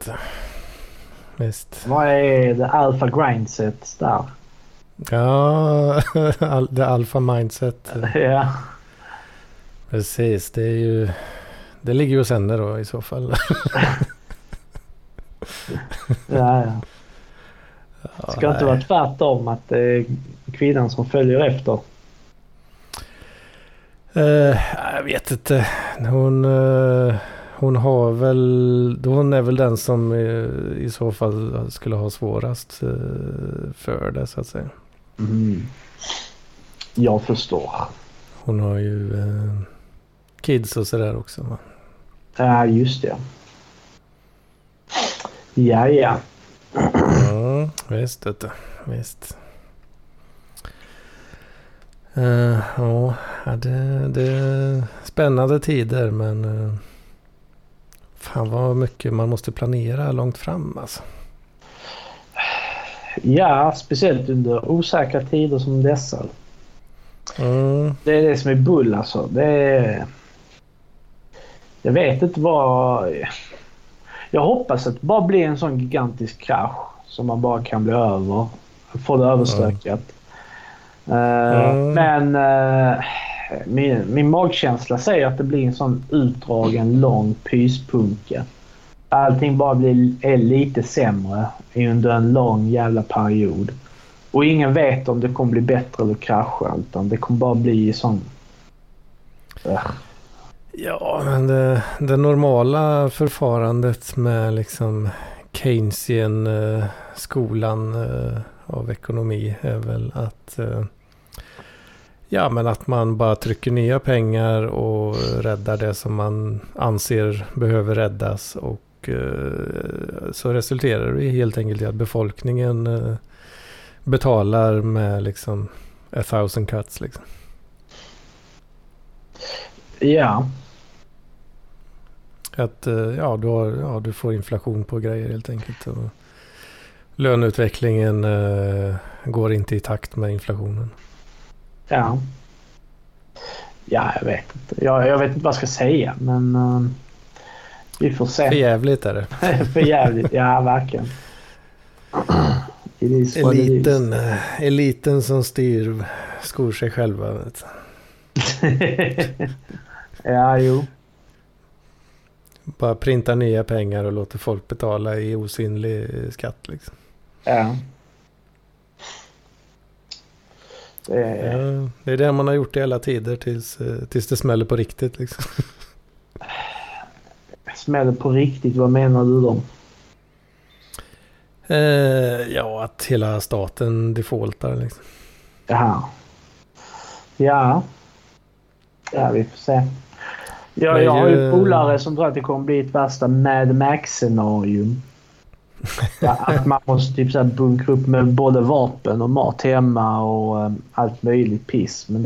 visst. Vad är det alpha grindset där? Ja, det alpha mindset. Ja. Precis, det ligger ju hos henne då i så fall. Ja. Ska inte vara tvärtom att det är kvinnan som följer efter? Jag vet inte. Hon är väl den som i så fall skulle ha svårast för det, så att säga. Jag förstår. Hon har ju kids och sådär också, va? Ja, just det. Ja. Ja, visst. Ja, det är spännande tider, men fan vad mycket man måste planera långt fram, alltså. Ja, speciellt under osäkra tider som dessa. Det är det som är bull, alltså. Jag vet inte vad... Jag hoppas att det bara blir en sån gigantisk krasch som man bara kan bli över. Få det överstökat. Men min magkänsla säger att det blir en sån utdragen lång pyspunka. Allting bara är lite sämre under en lång jävla period. Och ingen vet om det kommer bli bättre eller krascha, utan det kommer bara bli sån... Ja, men det normala förfarandet med liksom Keynesian skolan av ekonomi är väl att men att man bara trycker nya pengar och räddar det som man anser behöver räddas, och så resulterar det helt enkelt i att befolkningen betalar med liksom 1000 cuts liksom. Ja. Att du får inflation på grejer helt enkelt, och löneutvecklingen går inte i takt med inflationen. Ja. Ja, jag vet inte. Jag vet inte vad jag ska säga, men vi får se. För jävligt är det. För jävligt, ja verkligen. Eliten som styr skor sig själva. Vet Ja, jo. Bara printa nya pengar och låter folk betala i osynlig skatt liksom. Ja. Det är det man har gjort i alla tider tills det smäller på riktigt liksom. Smäller på riktigt, vad menar du då? Att hela staten defaultar liksom. Jaha. Ja, vi får se. Jag har ju polare som tror att det kommer bli ett värsta Mad Max-scenario. Att man måste typ så här bunkra upp med både vapen och mat hemma och allt möjligt piss. Men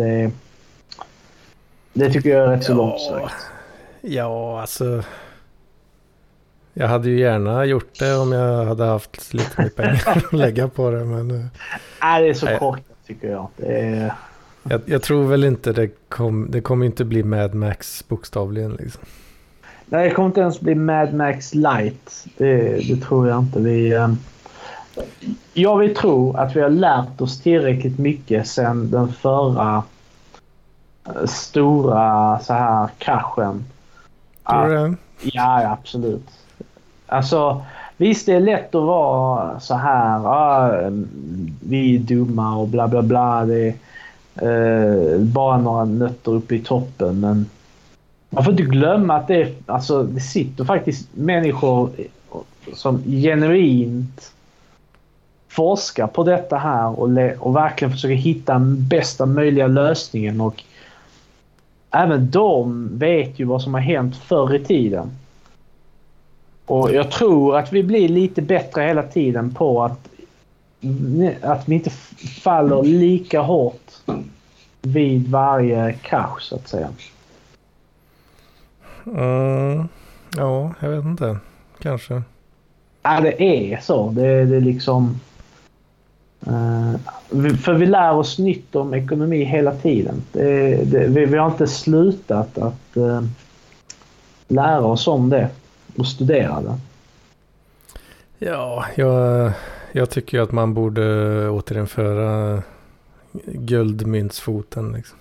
det tycker jag är rätt så långt sagt. Ja, alltså... Jag hade ju gärna gjort det om jag hade haft lite mer pengar att lägga på det, men... Nej, det är så korkat tycker jag. Jag tror väl inte det kommer inte bli Mad Max bokstavligen liksom. Nej, det kommer inte ens bli Mad Max Light. Det tror jag inte. Jag vill tro att vi har lärt oss tillräckligt mycket sedan den förra stora så här kraschen. Tror du det? Ja, absolut. Alltså, visst det är lätt att vara så här. Vi är dumma och bla bla bla. Det är bara några nötter uppe i toppen, men man får inte glömma att det sitter faktiskt människor som genuint forskar på detta här och verkligen försöker hitta den bästa möjliga lösningen, och även de vet ju vad som har hänt förr i tiden. Och jag tror att vi blir lite bättre hela tiden på att vi inte faller lika hårt vid varje krasch så att säga. Ja, jag vet inte. Kanske. Ja, det är så. Det är liksom... för vi lär oss nytt om ekonomi hela tiden. Vi har inte slutat att lära oss om det och studera det. Ja, jag tycker ju att man borde återinföra guldmyntsfoten liksom.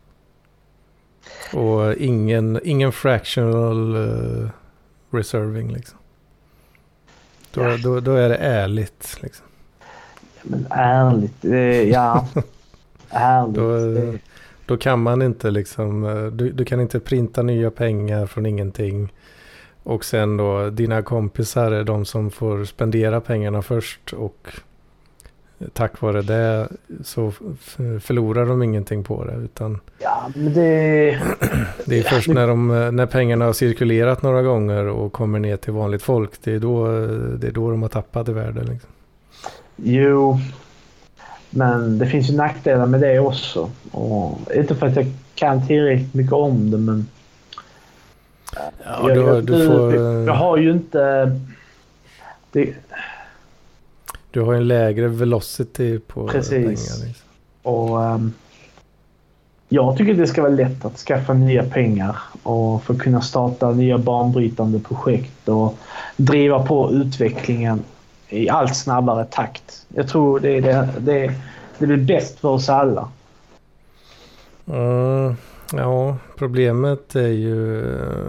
Och ingen fractional reserving liksom. Då är det ärligt liksom. Men ärligt, ja. Ärligt. Då kan man inte liksom, du kan inte printa nya pengar från ingenting. Och sen då, dina kompisar är de som får spendera pengarna först, och tack vare det så förlorar de ingenting på det, utan ja, men det är först när pengarna har cirkulerat några gånger och kommer ner till vanligt folk, det är då de har tappat i värde liksom. Jo, men det finns ju nackdelar med det också, och inte för att jag kan tillräckligt mycket om det, men ja, jag har ju inte du har en lägre velocity på precis. Pengar liksom. Och jag tycker det ska vara lätt att skaffa nya pengar och för att kunna starta nya banbrytande projekt och driva på utvecklingen i allt snabbare takt. Jag tror det blir bäst för oss alla. Ja, problemet är ju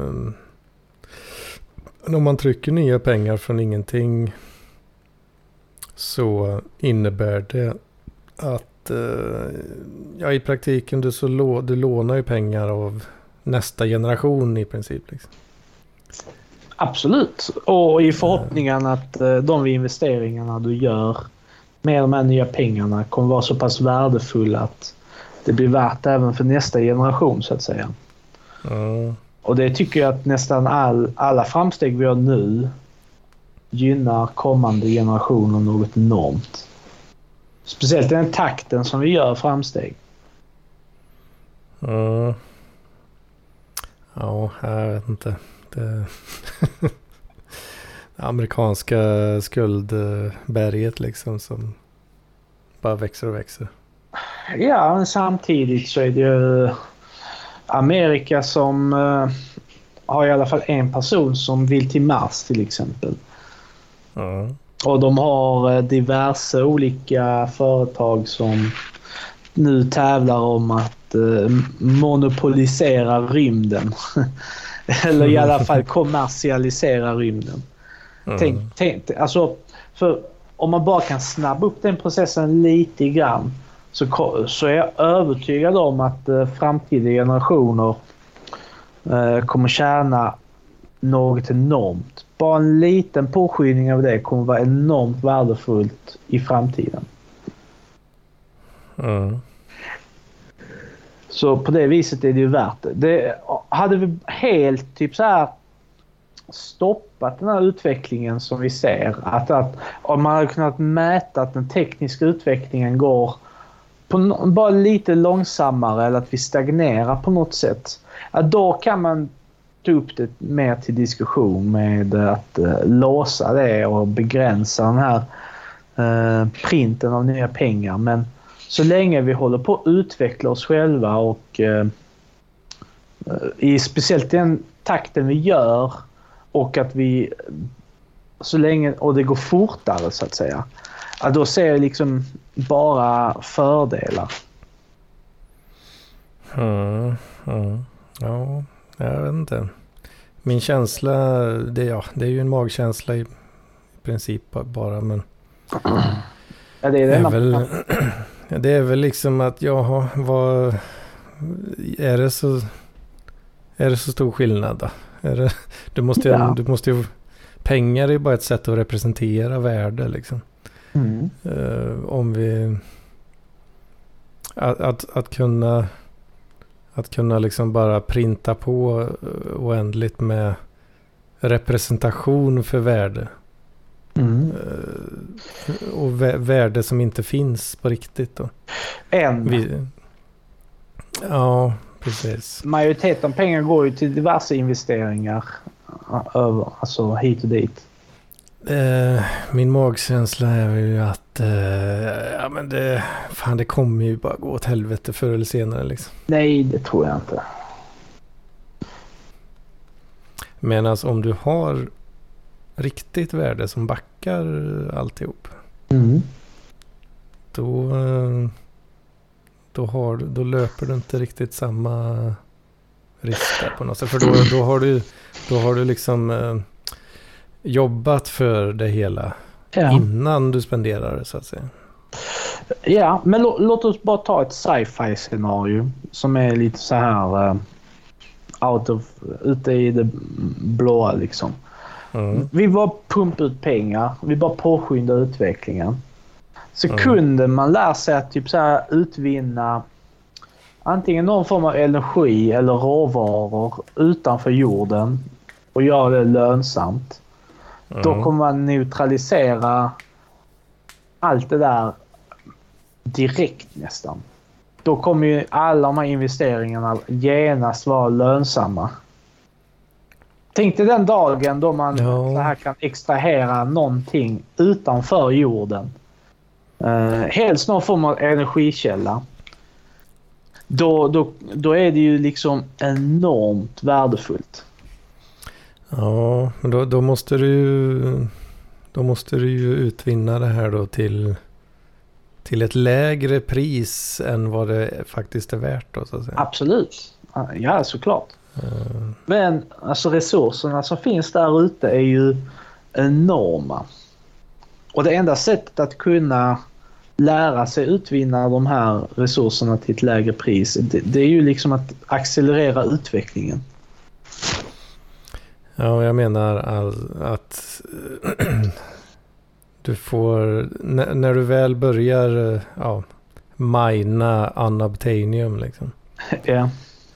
om man trycker nya pengar från ingenting, så innebär det att ja, i praktiken du lånar ju pengar av nästa generation i princip. Liksom. Absolut. Och i förhoppningen att de investeringarna du gör med de här nya pengarna kommer vara så pass värdefulla att det blir värt även för nästa generation så att säga. Mm. Och det tycker jag att nästan alla framsteg vi har nu gynnar kommande generationer något enormt. Speciellt i den takten som vi gör framsteg. Mm. Ja, jag vet inte. Det amerikanska skuldberget liksom som bara växer och växer. Ja, men samtidigt så är det ju Amerika som har i alla fall en person som vill till Mars till exempel. Mm. Och de har diverse olika företag som nu tävlar om att monopolisera rymden. Eller i alla fall kommersialisera rymden. Tänk, alltså, för om man bara kan snabba upp den processen lite grann så är jag övertygad om att framtida generationer kommer tjäna något enormt. Bara en liten påskyndning av det kommer vara enormt värdefullt i framtiden. Mm. Så på det viset är det ju värt det. Hade vi helt typ så här stoppat den här utvecklingen som vi ser, att om man hade kunnat mäta att den tekniska utvecklingen går på bara lite långsammare eller att vi stagnerar på något sätt, då kan man ta upp det mer till diskussion med att låsa det och begränsa den här printen av nya pengar. Men så länge vi håller på att utveckla oss själva och i speciellt den takten vi gör och att vi så länge och det går fortare så att säga, då ser jag liksom bara fördelar. Ja, jag vet inte. Min känsla, det är ju en magkänsla i princip bara, men ja, det är väl liksom att är det så stor skillnad då? Du måste ju pengar är bara ett sätt att representera värde liksom. Om vi att kunna liksom bara printa på oändligt med representation för värde. Och värde som inte finns på riktigt då. Ja, precis. Majoriteten av pengar går ju till diverse investeringar alltså hit och dit. Min magkänsla är ju att det kommer ju bara gå åt helvete förr eller senare liksom. Nej, det tror jag inte. Men alltså om du har riktigt värde som backar alltihop, då löper du inte riktigt samma risk där på något sätt. För då har du liksom jobbat för det hela innan du spenderar det så att säga. Ja, men låt oss bara ta ett sci-fi scenario som är lite så här ute i det blåa liksom. Vi bara pumpar ut pengar, vi bara påskyndar utvecklingen. Så kunde man lära sig att typ så här utvinna antingen någon form av energi eller råvaror utanför jorden och göra det lönsamt. Då kommer man neutralisera allt det där direkt nästan. Då kommer ju alla de här investeringarna genast vara lönsamma. Tänk dig den dagen då man så här kan extrahera någonting utanför jorden. Helst någon form av energikälla. Då är det ju liksom enormt värdefullt. Ja, men då måste du ju utvinna det här då till ett lägre pris än vad det faktiskt är värt då, så att säga. Absolut. Ja, såklart. Men alltså resurserna som finns där ute är ju enorma. Och det enda sättet att kunna lära sig utvinna de här resurserna till ett lägre pris. Det är ju liksom att accelerera utvecklingen. Ja, jag menar att du får, när du väl börjar mina unobtainium liksom. Ja.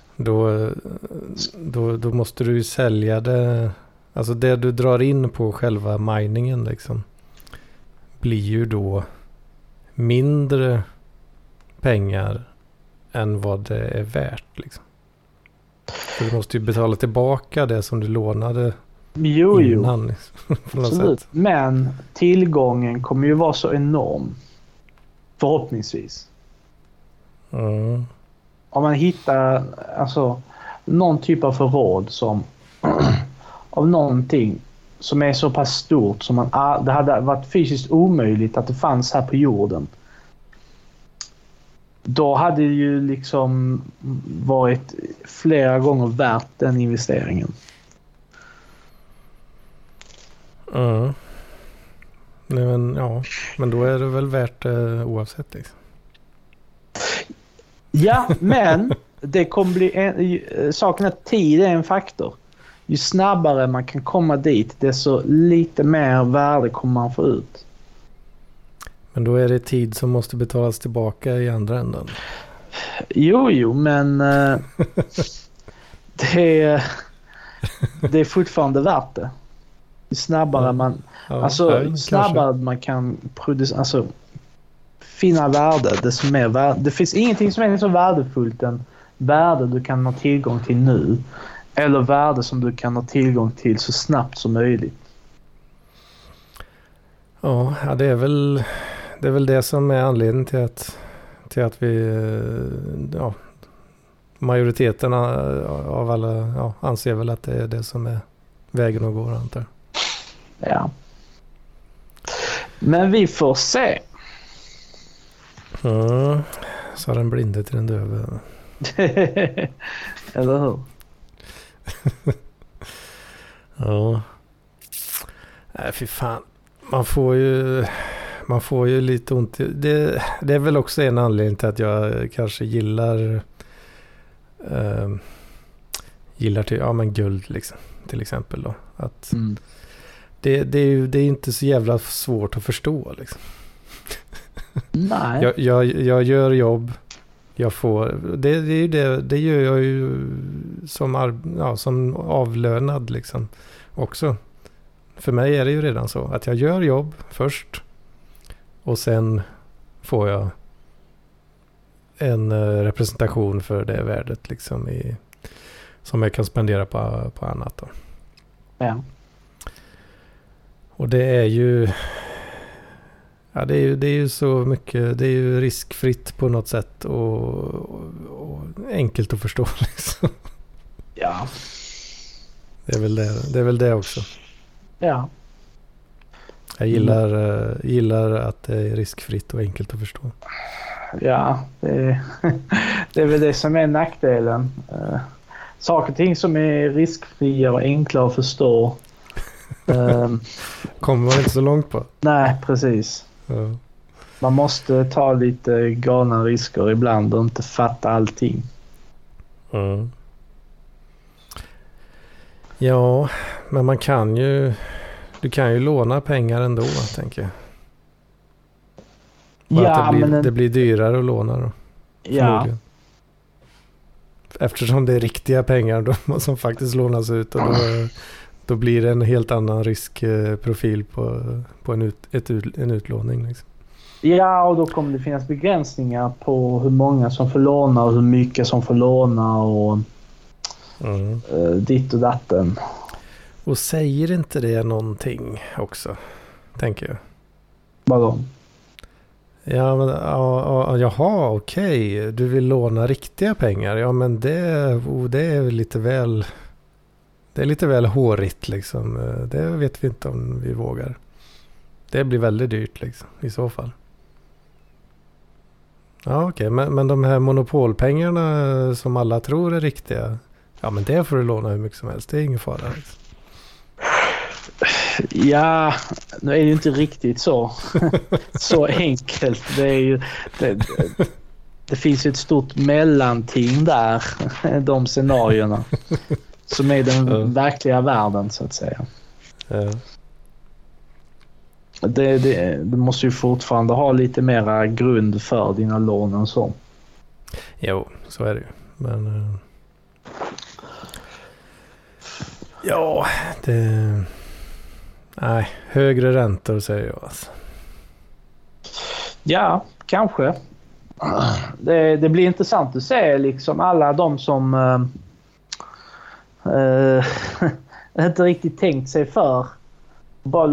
Då måste du ju sälja det. Alltså det du drar in på själva miningen liksom blir ju då mindre pengar än vad det är värt liksom. För du måste ju betala tillbaka det som du lånade innan. Liksom, på något absolut. sätt. Men tillgången kommer ju vara så enorm. Förhoppningsvis. Mm. Om man hittar alltså någon typ av förråd som av någonting som är så pass stort som det hade varit fysiskt omöjligt att det fanns här på jorden. Då hade det ju liksom varit flera gånger värt den investeringen. Mm. Nej, men då är det väl värt det oavsett liksom. Ja, men det kommer bli saken att tid är en faktor. Ju snabbare man kan komma dit, desto lite mer värde kommer man få ut. Men då är det tid som måste betalas tillbaka i andra änden. Jo, men det är fortfarande värt det. Ju snabbare man kan producera, alltså finna värde, desto mer värde. Det finns ingenting som är så värdefullt än värde du kan ha tillgång till nu eller värde som du kan ha tillgång till så snabbt som möjligt. Ja, det är väl det som är anledningen till att vi majoriteten av alla anser väl att det är det som är vägen att gå, antar. Ja. Men vi får se. Så den blinde till den döve. Eller hur? Ja. Nej, fy fan. Man får ju lite ont. Det är väl också en anledning till att jag kanske gillar till guld liksom, till exempel då. Att det är inte så jävla svårt att förstå liksom. Nej. Jag gör jobb. Jag får det gör jag ju som avlönad liksom också. För mig är det ju redan så att jag gör jobb först och sen får jag en representation för det värdet liksom som jag kan spendera på annat då. Ja. Och det är ju det är ju så mycket, det är ju riskfritt på något sätt och enkelt att förstå liksom. Ja. Det är väl det också. Ja. Jag gillar att det är riskfritt och enkelt att förstå. Ja, det är väl det som är nackdelen. Saker och ting som är riskfria och enkla att förstå. Kommer man inte så långt på. Nej, precis. Ja. Man måste ta lite galna risker ibland och inte fatta allting. Mm. Ja, men du kan ju låna pengar ändå, tänker jag. Bara det blir dyrare att låna då. Ja. Eftersom det är riktiga pengar då, som faktiskt lånas ut, och då blir det en helt annan riskprofil på en utlåning liksom. Ja, och då kommer det finnas begränsningar på hur många som får låna och hur mycket som får låna och ditt och datten. Och säger inte det någonting också, tänker jag? Vadå? Ja, men jaha, okej. Du vill låna riktiga pengar. Ja, men det är lite väl... Det är lite väl hårigt liksom. Det vet vi inte om vi vågar. Det blir väldigt dyrt liksom, i så fall. Ja, okej. Men de här monopolpengarna som alla tror är riktiga. Ja, men det får du låna hur mycket som helst. Det är ingen fara liksom. Ja, nu är det ju inte riktigt så enkelt. Det är ju det finns ju ett stort mellanting där, de scenarierna som är den verkliga världen så att säga. Ja. Du måste ju fortfarande ha lite mera grund för dina lån och så. Jo, så är det ju. Men ja, nej, högre räntor säger jag alltså. Ja, kanske. Det blir intressant att se liksom alla de som inte riktigt tänkt sig för. Bara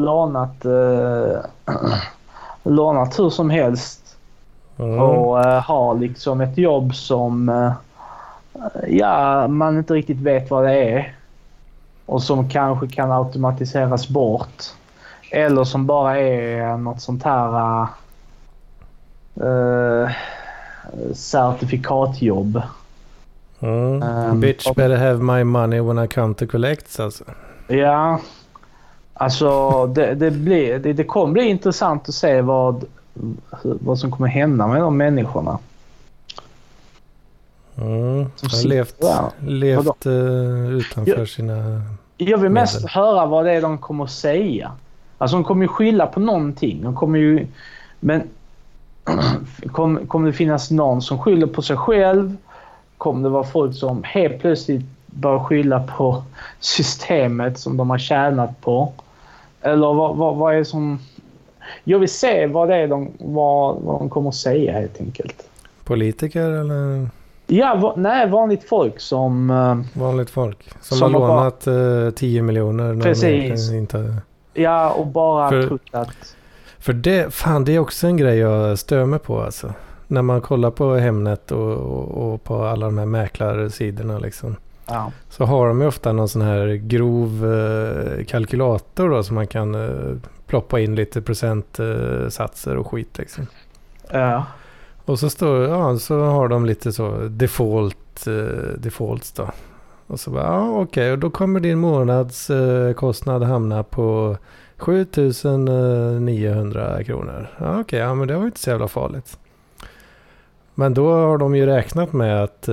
lånat hur som helst. Och har liksom ett jobb som man inte riktigt vet vad det är. Och som kanske kan automatiseras bort. Eller som bara är något sånt här certifikatjobb. Bitch better have my money when I come to collect alltså. Ja. Alltså det kommer bli intressant att se vad som kommer hända med de människorna. Har levt utanför sina... Jag vill mest höra vad det är de kommer att säga. Alltså de kommer ju skylla på någonting. Men kommer det finnas någon som skyller på sig själv? Kommer det vara folk som helt plötsligt börjar skylla på systemet som de har tjänat på? Eller vad är det som... Jag vill se vad det är vad de kommer att säga helt enkelt. Politiker eller... Ja, vanligt folk som... Vanligt folk som har lånat 10 miljoner. Precis. Inte... Ja, och bara puttat. För det är också en grej jag stör mig på alltså. När man kollar på Hemnet och på alla de här mäklarsidorna liksom. Ja. Så har de ju ofta någon sån här grov kalkylator då, som man kan ploppa in lite procentsatser och skit liksom. Ja. Och så så har de lite så defaults då. Och så bara, okej, och då kommer din månadskostnad hamna på 7,900 kronor. Ja, okej, men det var inte så jävla farligt. Men då har de ju räknat med att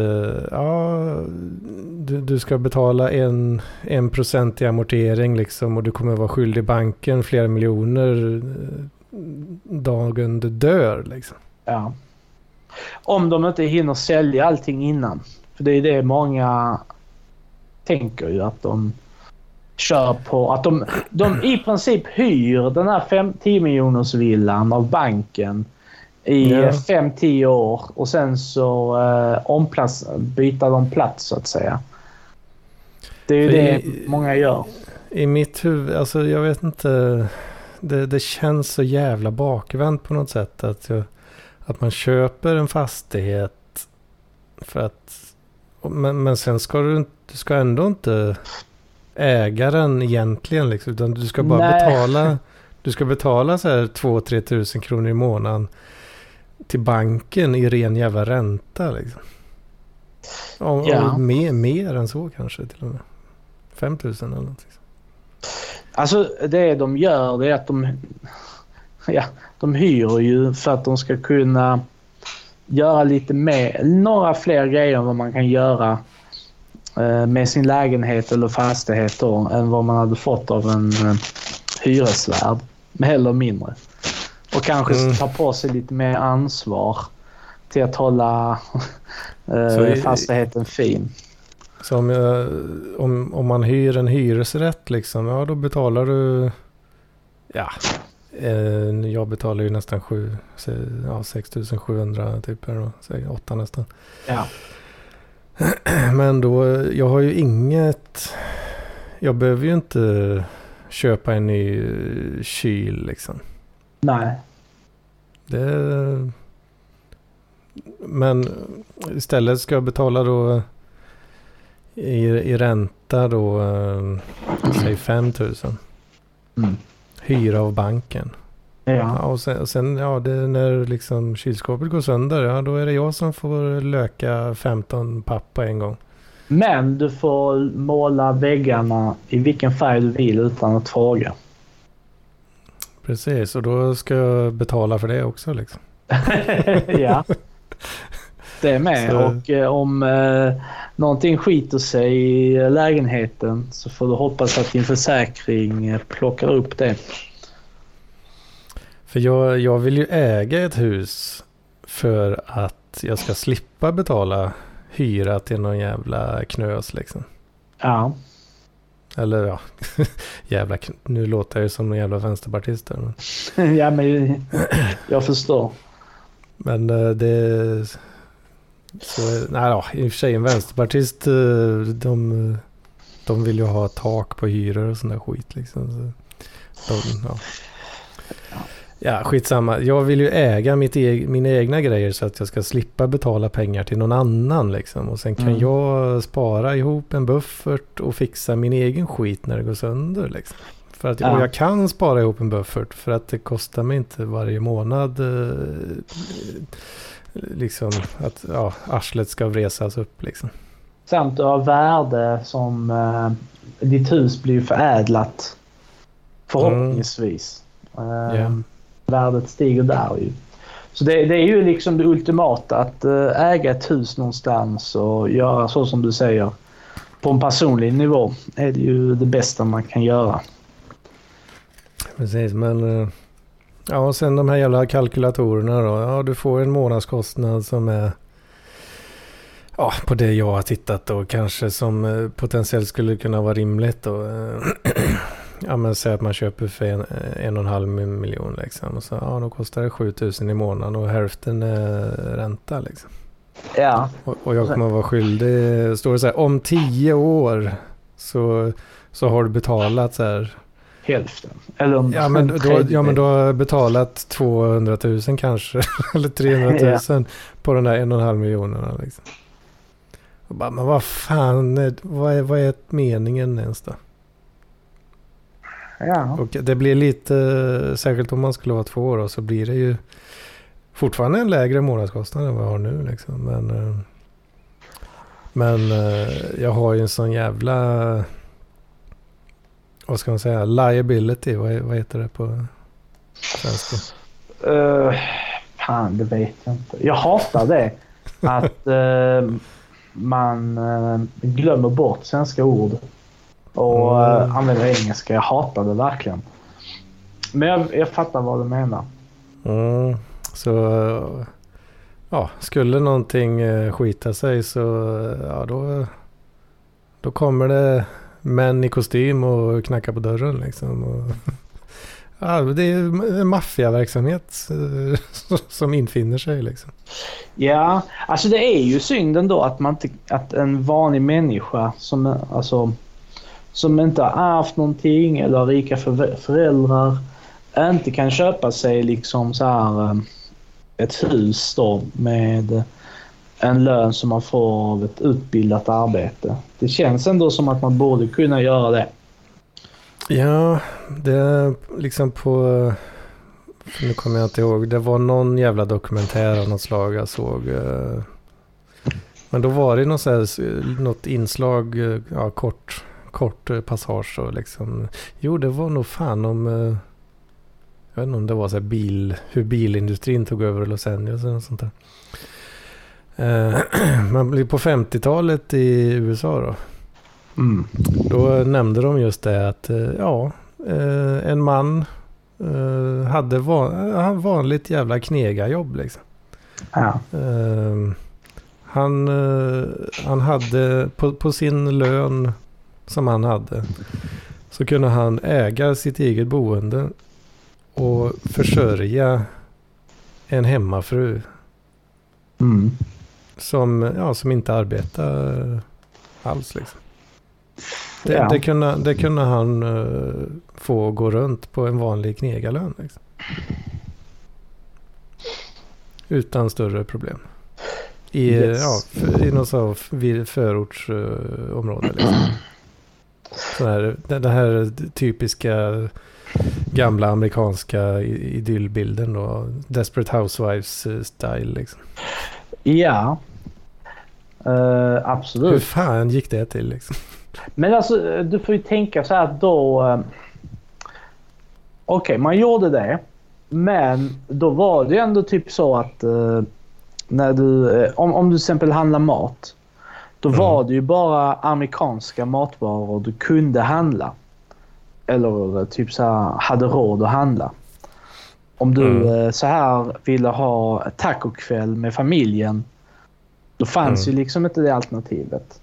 du ska betala 1% i amortering liksom, och du kommer vara skyldig banken flera miljoner dagen du dör liksom. Ja. Om de inte hinner sälja allting innan. För det är det många tänker ju, att de kör på att de i princip hyr den här 5-10 miljoners villan av banken i 5-10 år och sen så byter de plats så att säga. Det är ju det många gör. I mitt huvud, alltså jag vet inte, det känns så jävla bakvänt på något sätt att man köper en fastighet för att men sen ska du ska ändå inte äga den egentligen liksom, utan du ska bara betala så här 2-3 tusen kronor i månaden till banken i ren jävla ränta liksom. Och mer än så kanske till och med. 5 000 eller något. Alltså det de gör, det är att de hyr ju för att de ska kunna göra lite mer, några fler grejer än vad man kan göra med sin lägenhet eller fastighet då, än vad man hade fått av en hyresvärd, med eller mindre. Och kanske ta på sig lite mer ansvar till att hålla fastigheten fin. Så om man hyr en hyresrätt liksom, då betalar du jag betalar ju nästan 6 700 typ här då, 8 nästan. Ja. Men då, jag har ju jag behöver ju inte köpa en ny kyl liksom. Nej. Men istället ska jag betala då i ränta då säg 5 000. Hyra av banken. Ja. Och sen när liksom kylskåpet går sönder, då är det jag som får löka 15 papp på en gång. Men du får måla väggarna i vilken färg du vill utan att fråga. Precis, och då ska jag betala för det också liksom. Ja, det är med. Så. Och om någonting skiter sig i lägenheten så får du hoppas att din försäkring plockar upp det. För jag vill ju äga ett hus för att jag ska slippa betala hyra till någon jävla knös liksom. Ja. Eller ja, nu låter jag ju som någon jävla vänsterpartist. Men. Ja, men jag förstår. Men det... Så, nej ja, i och för sig en vänsterpartist, de vill ju ha tak på hyror och sån där skit liksom. Så, ja, skitsamma. Jag vill ju äga mina egna grejer så att jag ska slippa betala pengar till någon annan liksom. Och sen kan jag spara ihop en buffert och fixa min egen skit när det går sönder liksom. För att, och jag kan spara ihop en buffert för att det kostar mig inte varje månad liksom att arslet ska vresas upp liksom. Samt av värde som ditt hus blir förädlat förhoppningsvis. Värdet stiger där ju. Så det är ju liksom det ultimata att äga ett hus någonstans och göra så som du säger. På en personlig nivå är det ju det bästa man kan göra. Precis, men och sen de här jävla kalkylatorerna då. Ja, du får en månadskostnad som är på det jag har tittat då kanske som potentiellt skulle kunna vara rimligt då. Ja, men säg att man köper för 1,5 miljon liksom. Och så då kostar det 7 000 i månaden och hälften är ränta liksom. Ja. Och jag kommer vara skyldig, står det så här, om 10 år så har du betalat så här hälften. Eller om men då har jag betalat 200 000 kanske eller 300 000 på den där 1,5 miljonerna liksom. Och bara, men vad fan, vad är meningen ens då? Ja. Och det blir lite, särskilt om man skulle vara 2 år då, så blir det ju fortfarande en lägre månadskostnad än vad jag har nu liksom. Men jag har ju en sån jävla, vad ska man säga, liability, vad heter det på svenska? Fan, det vet jag inte. Jag hatar det. Att man glömmer bort svenska ord och använder engelska. Jag hatar det verkligen. Men jag fattar vad du menar. Så skulle någonting skita sig så då kommer det män i kostym och knackar på dörren liksom. Och, det är en maffiaverksamhet som infinner sig liksom. Ja, alltså det är ju synd ändå att en vanlig människa som inte har ärvt någonting eller har rika föräldrar inte kan köpa sig liksom så här ett hus då med en lön som man får av ett utbildat arbete. Det känns ändå som att man borde kunna göra det. Ja, det är liksom nu kommer jag inte ihåg, det var någon jävla dokumentär av något slag jag såg. Men då var det något inslag, kort passage och liksom. Jo, det var nog fan om jag vet inte om det var så här hur bilindustrin tog över Los Angeles eller något sånt där. Man blir på 50-talet i USA då. Då nämnde de just det att en man hade vanligt jävla knegarjobb liksom. Ja. Han hade på sin lön som han hade så kunde han äga sitt eget boende och försörja en hemmafru som inte arbetar alls liksom. Det kunde han få gå runt på en vanlig knegarlön liksom. Utan större problem. I något så förortsområde liksom. Det här typiska gamla amerikanska idyllbilden då, Desperate Housewives style liksom. Ja. Absolut. Hur fan gick det till liksom? Men alltså, du får ju tänka så här att då Okej, man gjorde det. Men då var det ändå typ så att när du, om du till exempel handlar mat, då var det ju bara amerikanska matvaror du kunde handla. Eller typ så här, hade råd att handla. Om du så här ville ha tacokväll med familjen, då fanns ju liksom inte det alternativet.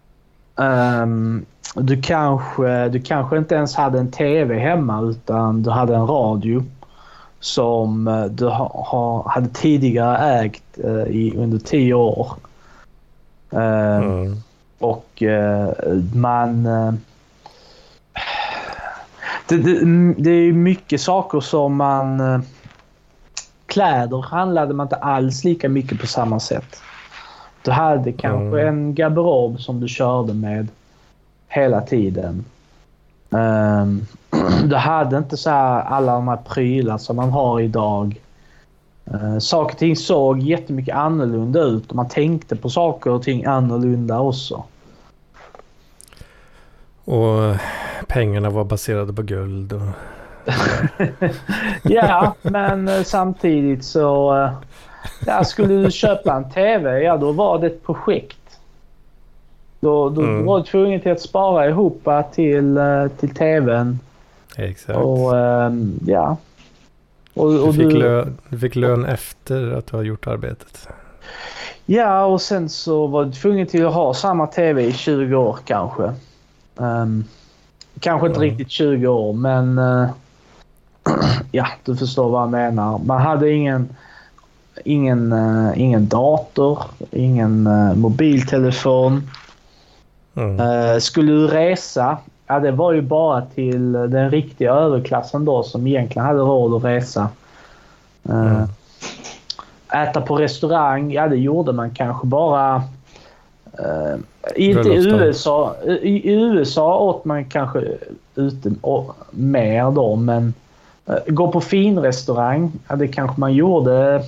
Du kanske inte ens hade en tv hemma, utan du hade en radio som du hade tidigare ägt under 10 år. Och man... Det är mycket saker som man... Kläder handlade man inte alls lika mycket på samma sätt. Du hade kanske en garderob som du körde med hela tiden. Du hade inte så här alla de här prylar som man har idag. Saker och ting såg jättemycket annorlunda ut och man tänkte på saker och ting annorlunda också. Och pengarna var baserade på guld. Och... Ja, men samtidigt så skulle du köpa en tv, då var det ett projekt. Då var du tvungen till att spara ihop till tvn. Exakt. Och ja. Och du fick lön efter att du har gjort arbetet. Ja, och sen så var du tvungen till att ha samma tv i 20 år kanske. Kanske inte riktigt 20 år, men ja, du förstår vad jag menar. Man hade ingen dator, ingen mobiltelefon. Skulle du resa, det var ju bara till den riktiga överklassen då som egentligen hade råd att resa. Äta på restaurang, det gjorde man kanske bara inte i USA. I USA åt man kanske ute mer då, men gå på fin restaurang, det kanske man gjorde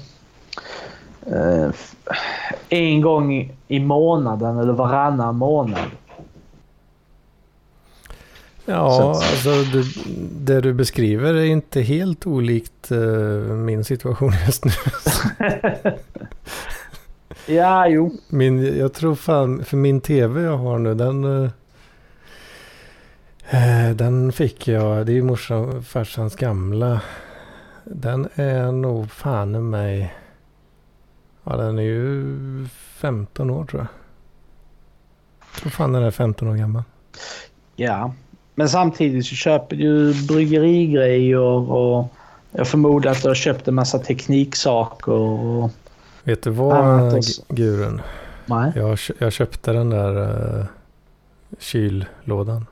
en gång i månaden eller varannan månad. Ja, alltså det du beskriver är inte helt olikt min situation just nu. Ja, jo. Jag tror fan, för min tv jag har nu, den fick jag, det är ju farsans gamla. Den är nog fan i mig, den är ju 15 år tror jag. Jag tror fan den är 15 år gammal. Ja. Men samtidigt så köper du bryggerigrejer och jag förmodar att du har köpt en massa tekniksaker. Och vet du vad, Gurun? Nej. Jag köpte den där kyllådan.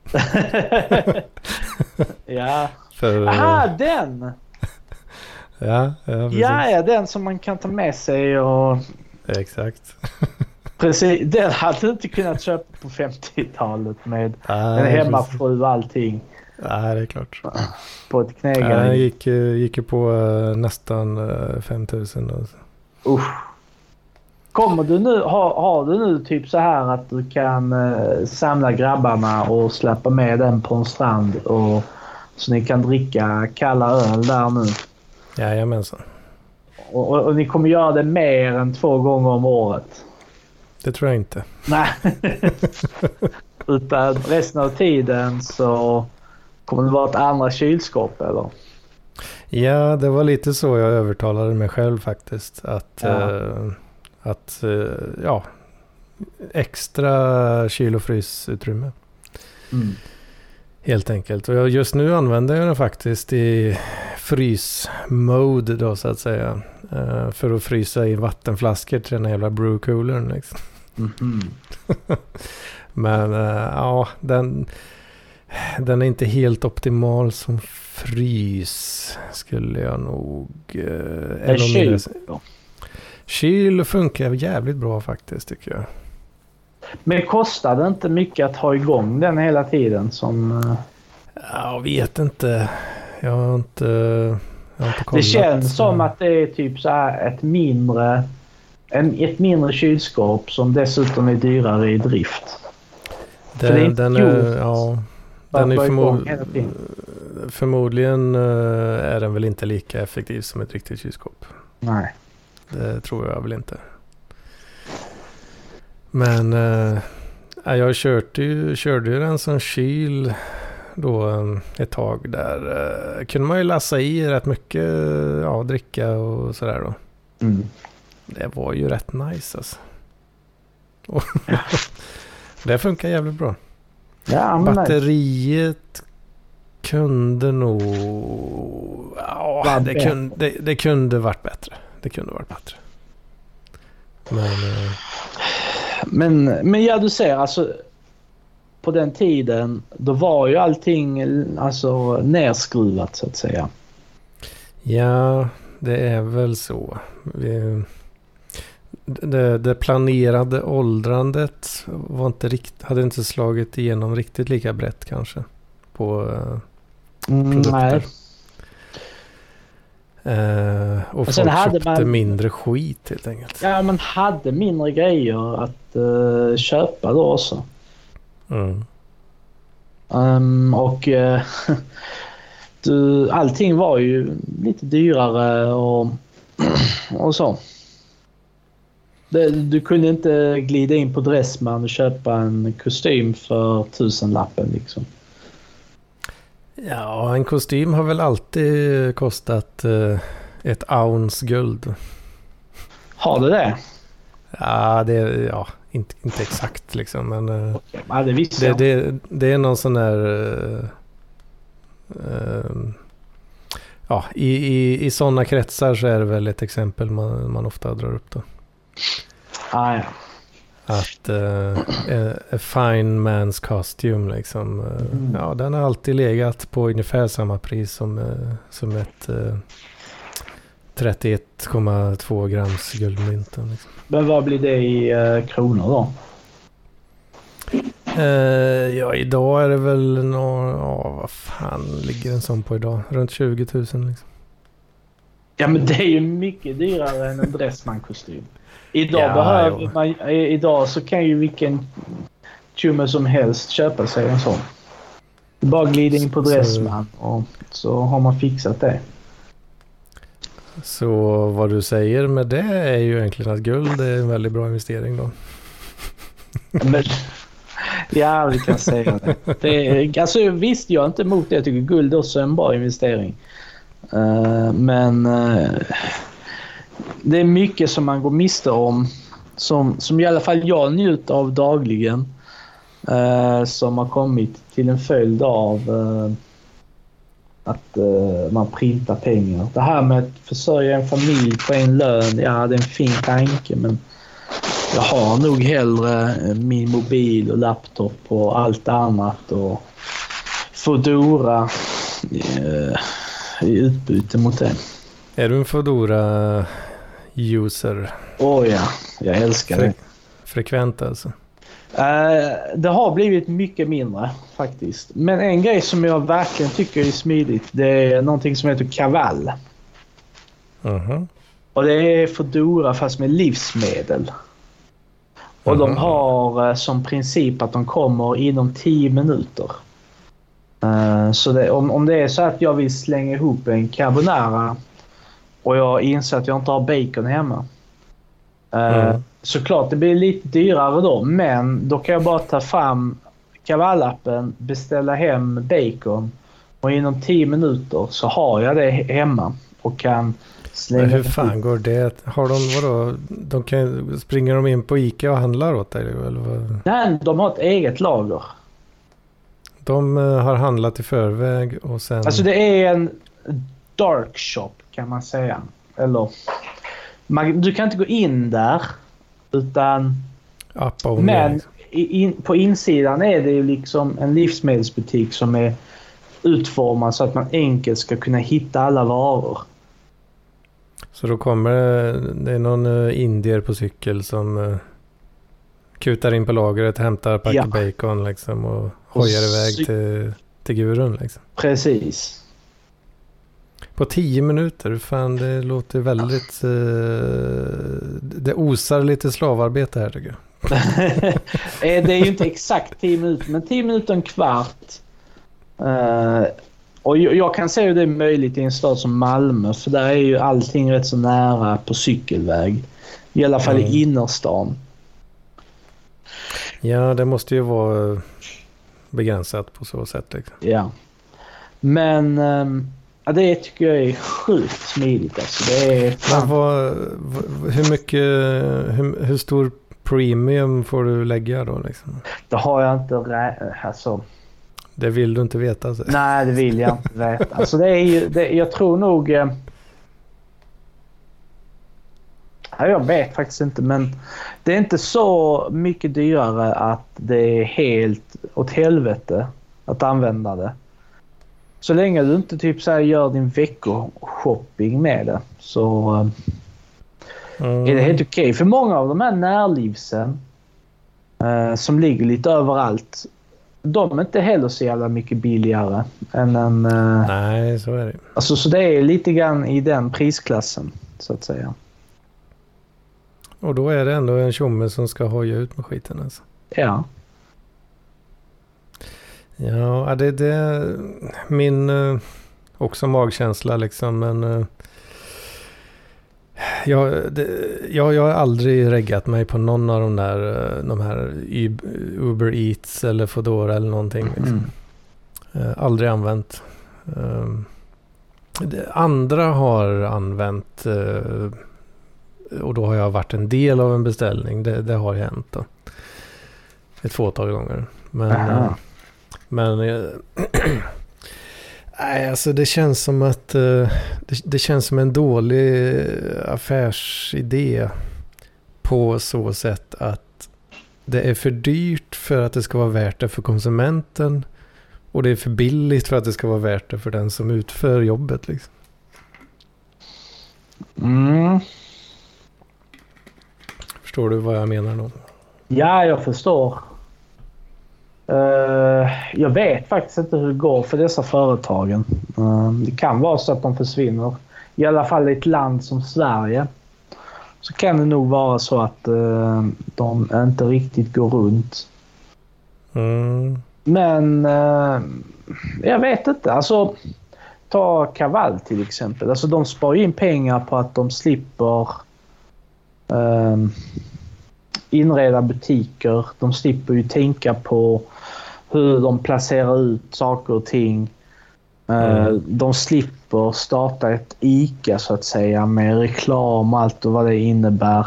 Ja. Aha, den! Ja, precis. Ja, den som man kan ta med sig och... Exakt. Precis, den hade du inte kunnat köpa på 50-talet med en hemmafru och allting. Nej, det är klart. På ett knägare. Jag gick ju på nästan 5 000. Kommer du nu, har du nu typ så här att du kan samla grabbarna och släppa med den på en strand och så ni kan dricka kalla öl där nu? Jajamensan. Och ni kommer göra det mer än 2 gånger om året? Det tror jag inte. Nej. Utan resten av tiden så kommer det vara ett andra kylskåp, eller? Ja, det var lite så jag övertalade mig själv faktiskt. Att extra kyl- och frysutrymme. Helt enkelt. Och just nu använder jag den faktiskt i frysmode då så att säga. För att frysa i vattenflaskor till den här jävla brewcoolern liksom. Men den är inte helt optimal som frys skulle jag nog... Kyl funkar jävligt bra faktiskt tycker jag. Men kostar det inte mycket att ha igång den hela tiden som... Jag vet inte. Jag har inte kollat. Det känns som att det är typ så här ett mindre kylskåp som dessutom är dyrare i drift. Den är förmodligen är den väl inte lika effektiv som ett riktigt kylskåp. Nej. Det tror jag väl inte. Men jag körde ju den som kyl då ett tag där. Kunde man ju lassa i rätt mycket dricka och sådär då. Mm. Det var ju rätt nice alltså. Det funkar jävligt bra. Ja, men batteriet kunde nog... Ja, det kunde varit bättre. Det kunde varit bättre. Men ja, du ser alltså på den tiden då var ju allting alltså nerskruvat så att säga. Ja, det är väl så. Det planerade åldrandet var hade inte slagit igenom riktigt lika brett kanske på produkter. Och folk köpte mindre skit helt enkelt. Ja, man hade mindre grejer att köpa då också. Och allting var ju lite dyrare och så. Du kunde inte glida in på Dressman och köpa en kostym för 1000-lappen liksom. Ja, en kostym har väl alltid kostat ett ounce guld. Har du det? Ja, inte exakt liksom, men okay. Ja, det visste jag. Det är någon sån där i sådana kretsar så är det väl ett exempel man ofta drar upp då. Ja. Att a fine man's costume liksom, ja, den har alltid legat på ungefär samma pris som ett 31,2 grams guldmynt. Liksom. Men vad blir det i kronor då? Ja, idag är det väl vad fan ligger en sån på idag? Runt 20 000 liksom. Ja, men det är ju mycket dyrare än en Dressman-kostym. Idag så kan ju vilken tjumme som helst köpa sig en sån. Du bara glider in på Dressman och så har man fixat det. Så vad du säger med det är ju egentligen att guld är en väldigt bra investering då. Men, ja, vi kan säga det. Alltså visst, jag är inte emot det. Jag tycker guld också är en bra investering. Men det är mycket som man går miste om som i alla fall jag njuter av dagligen, som har kommit till en följd av att man printar pengar. Det här med att försörja en familj på en lön, ja, det är en fin tanke, men jag har nog hellre min mobil och laptop och allt annat och Foodora i utbyte mot det. Är du en Foodora-user? Ja, jag älskar det. Frekvent alltså? Det har blivit mycket mindre faktiskt. Men en grej som jag verkligen tycker är smidigt, det är någonting som heter Kavall. Och det är Foodora fast med livsmedel. Och de har som princip att de kommer inom 10 minuter. Så om det är så att jag vill slänga ihop en carbonara och jag inser att jag inte har bacon hemma, såklart det blir lite dyrare då, men då kan jag bara ta fram Kavallappen, beställa hem bacon och inom 10 minuter så har jag det hemma och kan slänga. Men hur fan går det? Har de vadå? Springer de in på ICA och handlar åt dig eller vad? Nej, de har ett eget lager. De har handlat i förväg och sen... Alltså det är en dark shop kan man säga. Eller du kan inte gå in där utan... Men på insidan är det ju liksom en livsmedelsbutik som är utformad så att man enkelt ska kunna hitta alla varor. Så då kommer det är någon indier på cykel som kutar in på lagret, hämtar paket bacon liksom och hojar iväg till gurun liksom. Precis. På 10 minuter, fan det låter väldigt... det osar lite slavarbete här tycker jag. Det är ju inte exakt 10 minuter, men 10 minuter, en kvart. Och jag kan säga att det är möjligt i en stad som Malmö, för där är ju allting rätt så nära på cykelväg. I alla fall i innerstan. Ja, det måste ju vara begränsat på så sätt. Liksom. Ja. Men det tycker jag är sjukt smidigt. Alltså. Det är hur stor premium får du lägga då? Liksom? Det har jag inte alltså. Det vill du inte veta? Alltså. Nej, det vill jag inte veta. Alltså, jag tror nog... jag vet faktiskt inte, men det är inte så mycket dyrare att det är helt åt helvete att använda det. Så länge du inte typ så här gör din veckoshopping med det, så är det helt okej. För många av de här närlivsen som ligger lite överallt, de är inte heller så jävla mycket billigare än en... Nej, så är det. Alltså, så det är lite grann i den prisklassen, så att säga. Och då är det ändå en tjomme som ska hoja ut med skiten alltså. Ja. Ja, det är min också magkänsla liksom, men jag har aldrig reggat mig på någon av de här Uber Eats eller Foodora eller någonting liksom. Aldrig använt. Andra har använt och då har jag varit en del av en beställning. Det har hänt då. Ett fåtal gånger. Men nej, alltså det känns som att det känns som en dålig affärsidé på så sätt att det är för dyrt för att det ska vara värt det för konsumenten och det är för billigt för att det ska vara värt det för den som utför jobbet liksom. Förstår du vad jag menar då? Ja, jag förstår. Jag vet faktiskt inte hur det går för dessa företagen. Det kan vara så att de försvinner. I alla fall i ett land som Sverige så kan det nog vara så att de inte riktigt går runt. Men jag vet inte. Alltså, ta Kaval till exempel. Alltså, de sparar in pengar på att de slipper inreda butiker. De slipper ju tänka på hur de placerar ut saker och ting. De slipper starta ett ICA så att säga med reklam och allt och vad det innebär.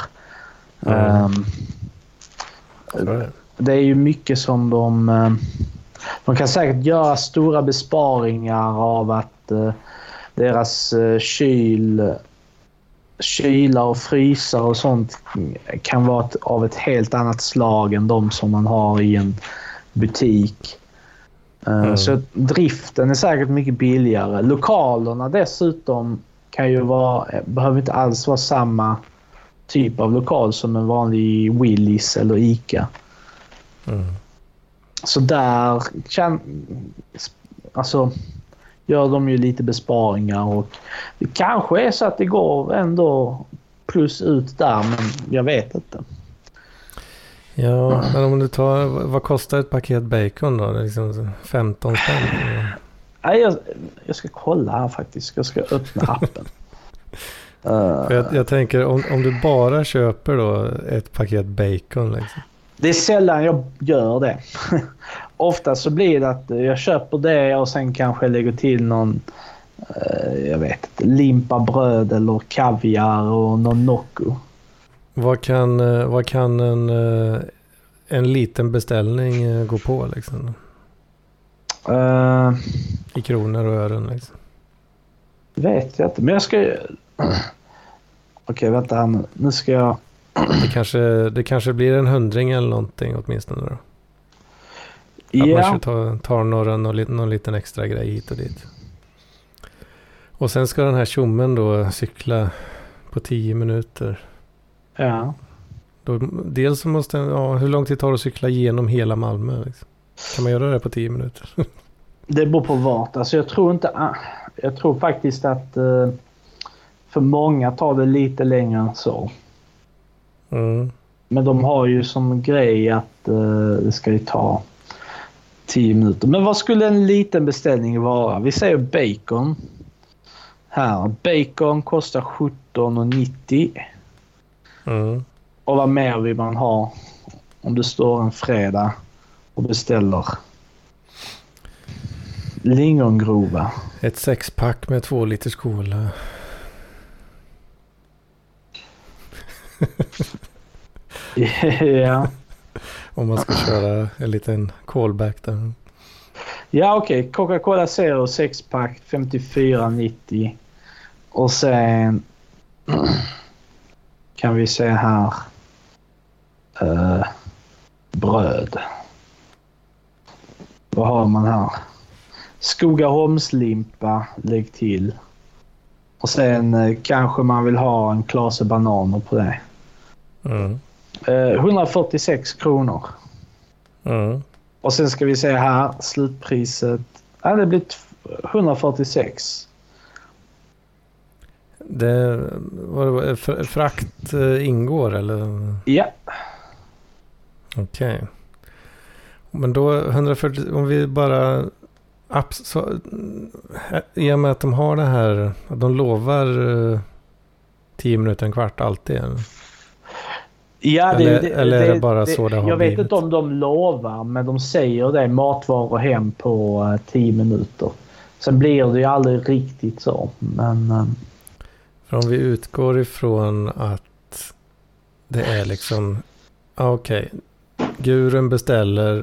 Det är ju mycket som de kan säkert göra stora besparingar av att deras kylar och frysar och sånt kan vara av ett helt annat slag än de som man har i en butik. Så driften är säkert mycket billigare. Lokalerna dessutom kan ju behöver inte alls vara samma typ av lokal som en vanlig Willys eller ICA. Så där gör de ju lite besparingar och det kanske är så att det går ändå plus ut där, men jag vet inte. Ja, men om du tar, vad kostar ett paket bacon då? Det är liksom 15 spänn. Nej, jag ska kolla här faktiskt. Jag ska öppna appen. Jag tänker, om du bara köper då ett paket bacon liksom. Det är sällan jag gör det. Ofta så blir det att jag köper det och sen kanske lägger till någon jag vet inte, limpa bröd eller kaviar och någon Nocco. Vad kan en liten beställning gå på liksom? I kronor och ören liksom? Vet jag inte, men jag ska... Okej, vänta här nu ska jag... Det kanske blir en 100 eller någonting åtminstone då. Att man ska ta någon liten extra grej hit och dit. Och sen ska den här tjommen då cykla på 10 minuter. Ja. Då, dels så måste hur lång tid tar det att cykla genom hela Malmö liksom? Kan man göra det på 10 minuter? Det beror på vart. Alltså jag tror faktiskt att för många tar det lite längre än så. Men de har ju som grej att det ska ju ta 10 minuter. Men vad skulle en liten beställning vara? Vi säger bacon. Här. Bacon kostar 17,90. Och vad mer vill man ha om det står en fredag och beställer lingongrova? Ett 6-pack med 2 liters cola. Ja. Om man ska köra en liten callback där. Ja, okej. Coca-Cola Zero 6-pack 54,90. Och sen kan vi se här bröd. Vad har man här? Skogaholmslimpa, lägg till. Och sen kanske man vill ha en klase bananer på det. 146 kronor. Och sen ska vi se här slutpriset. Ja, det blir 146. Det var frakt ingår eller? Ja. Okej. Men då 140, om vi bara så, i och med att de har det här, att de lovar 10 minuter, en kvart alltid. Ja, eller är det bara så det har jag blivit? vet inte om de lovar, men de säger det, matvaror hem på 10 minuter. Sen blir det ju aldrig riktigt så. Men för om vi utgår ifrån att det är liksom okej. Gurun beställer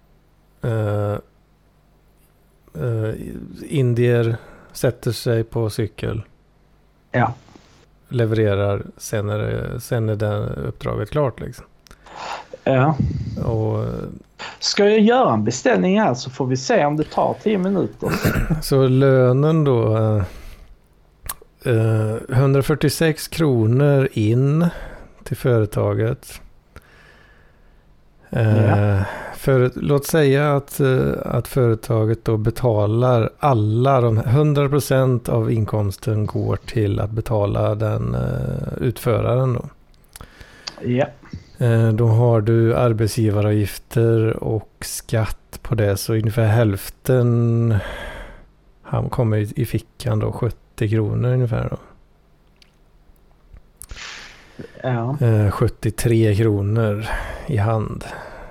indier, sätter sig på cykel. Ja. Levererar, sen är det uppdraget klart liksom. Ja. Och ska jag göra en beställning här så får vi se om det tar 10 minuter. så lönen då 146 kronor in till företaget. Låt säga att företaget då betalar alla 100% av inkomsten går till att betala den utföraren då. Ja. Då har du arbetsgivaravgifter och skatt på det, så ungefär hälften han kommer i fickan då, 70 kronor ungefär då. Ja. 73 kronor i hand.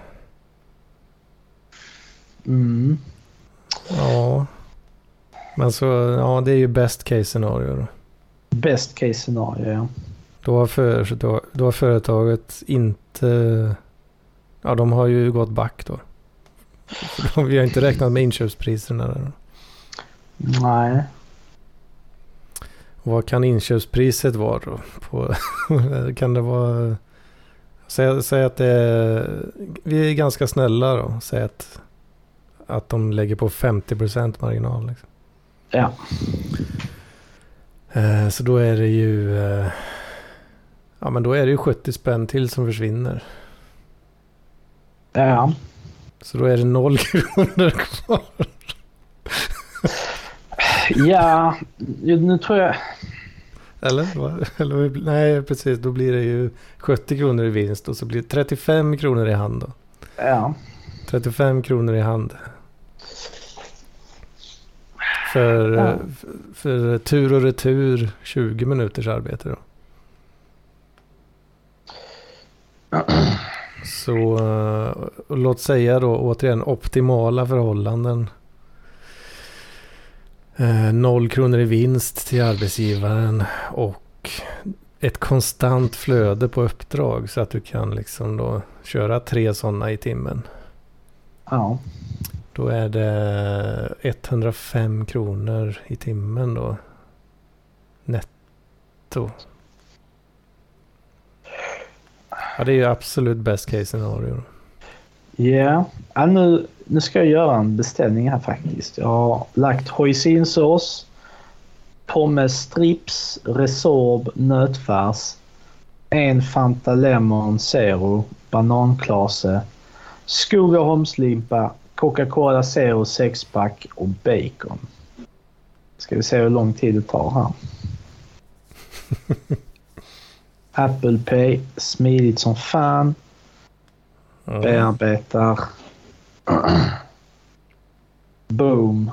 Ja. Men så, ja, det är ju best case scenario då. Best case scenario, ja. Då har företaget inte... Ja, de har ju gått back då. Vi har inte räknat med inköpspriserna där. Nej. Vad kan inköpspriset vara då? Kan det vara... Säg att det är... Vi är ganska snälla då. Säg att de lägger på 50% marginal. Liksom. Ja. Så då är det ju... Ja, men då är det ju 70 spänn till som försvinner. Ja. Så då är det 0 kronor kvar. Ja, nu tror jag... Eller, nej, precis. Då blir det ju 70 kronor i vinst och så blir det 35 kronor i hand då. Ja. 35 kronor i hand. För tur och retur 20 minuters arbete då. Så låt säga då återigen optimala förhållanden. 0 kronor i vinst till arbetsgivaren och ett konstant flöde på uppdrag så att du kan liksom då köra 3 sådana i timmen. Ja. Då är det 105 kronor i timmen då. Netto. Ja, det är ju absolut best case scenario. Ja, nu ska jag göra en beställning här faktiskt. Jag har lagt hoisinsås, pommes strips, Resorb, nötfärs, en Fanta Lemon Zero, bananklase, Skogaholmslimpa, Coca-Cola Zero 6-pack och bacon. Ska vi se hur lång tid det tar här. Apple Pay, smidigt som fan. Bearbetar. Boom.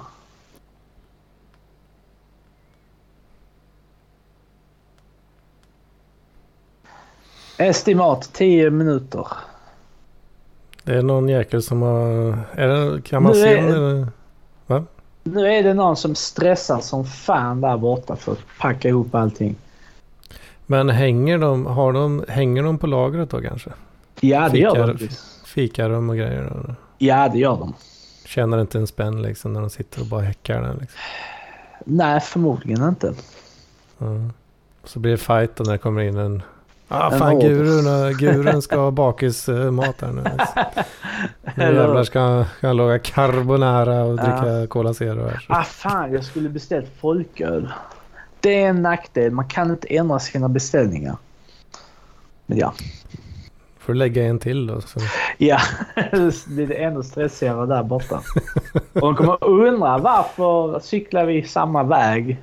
Estimat 10 minuter. Det är någon jäkel som har... Kan man se om det? Va? Nu är det någon som stressar som fan där borta för att packa ihop allting. Men hänger de på lagret då kanske? Ja, det gör de. Fikarum och grejer då? Ja, det gör de. Känner inte en spänn liksom när de sitter och bara häckar den liksom? Nej, förmodligen inte. Så blir det fight då när det kommer in en... fan, gurun ska ha bakismat här nu. Nu jävlar ska han laga carbonara och dricka Cola Zero här. Fan, jag skulle beställt folköl. Det är en nackdel. Man kan inte ändra sina beställningar. Men ja. Får du lägga en till då? Så. Ja, det blir det ännu stressigare där borta. Och de kommer undra varför cyklar vi samma väg.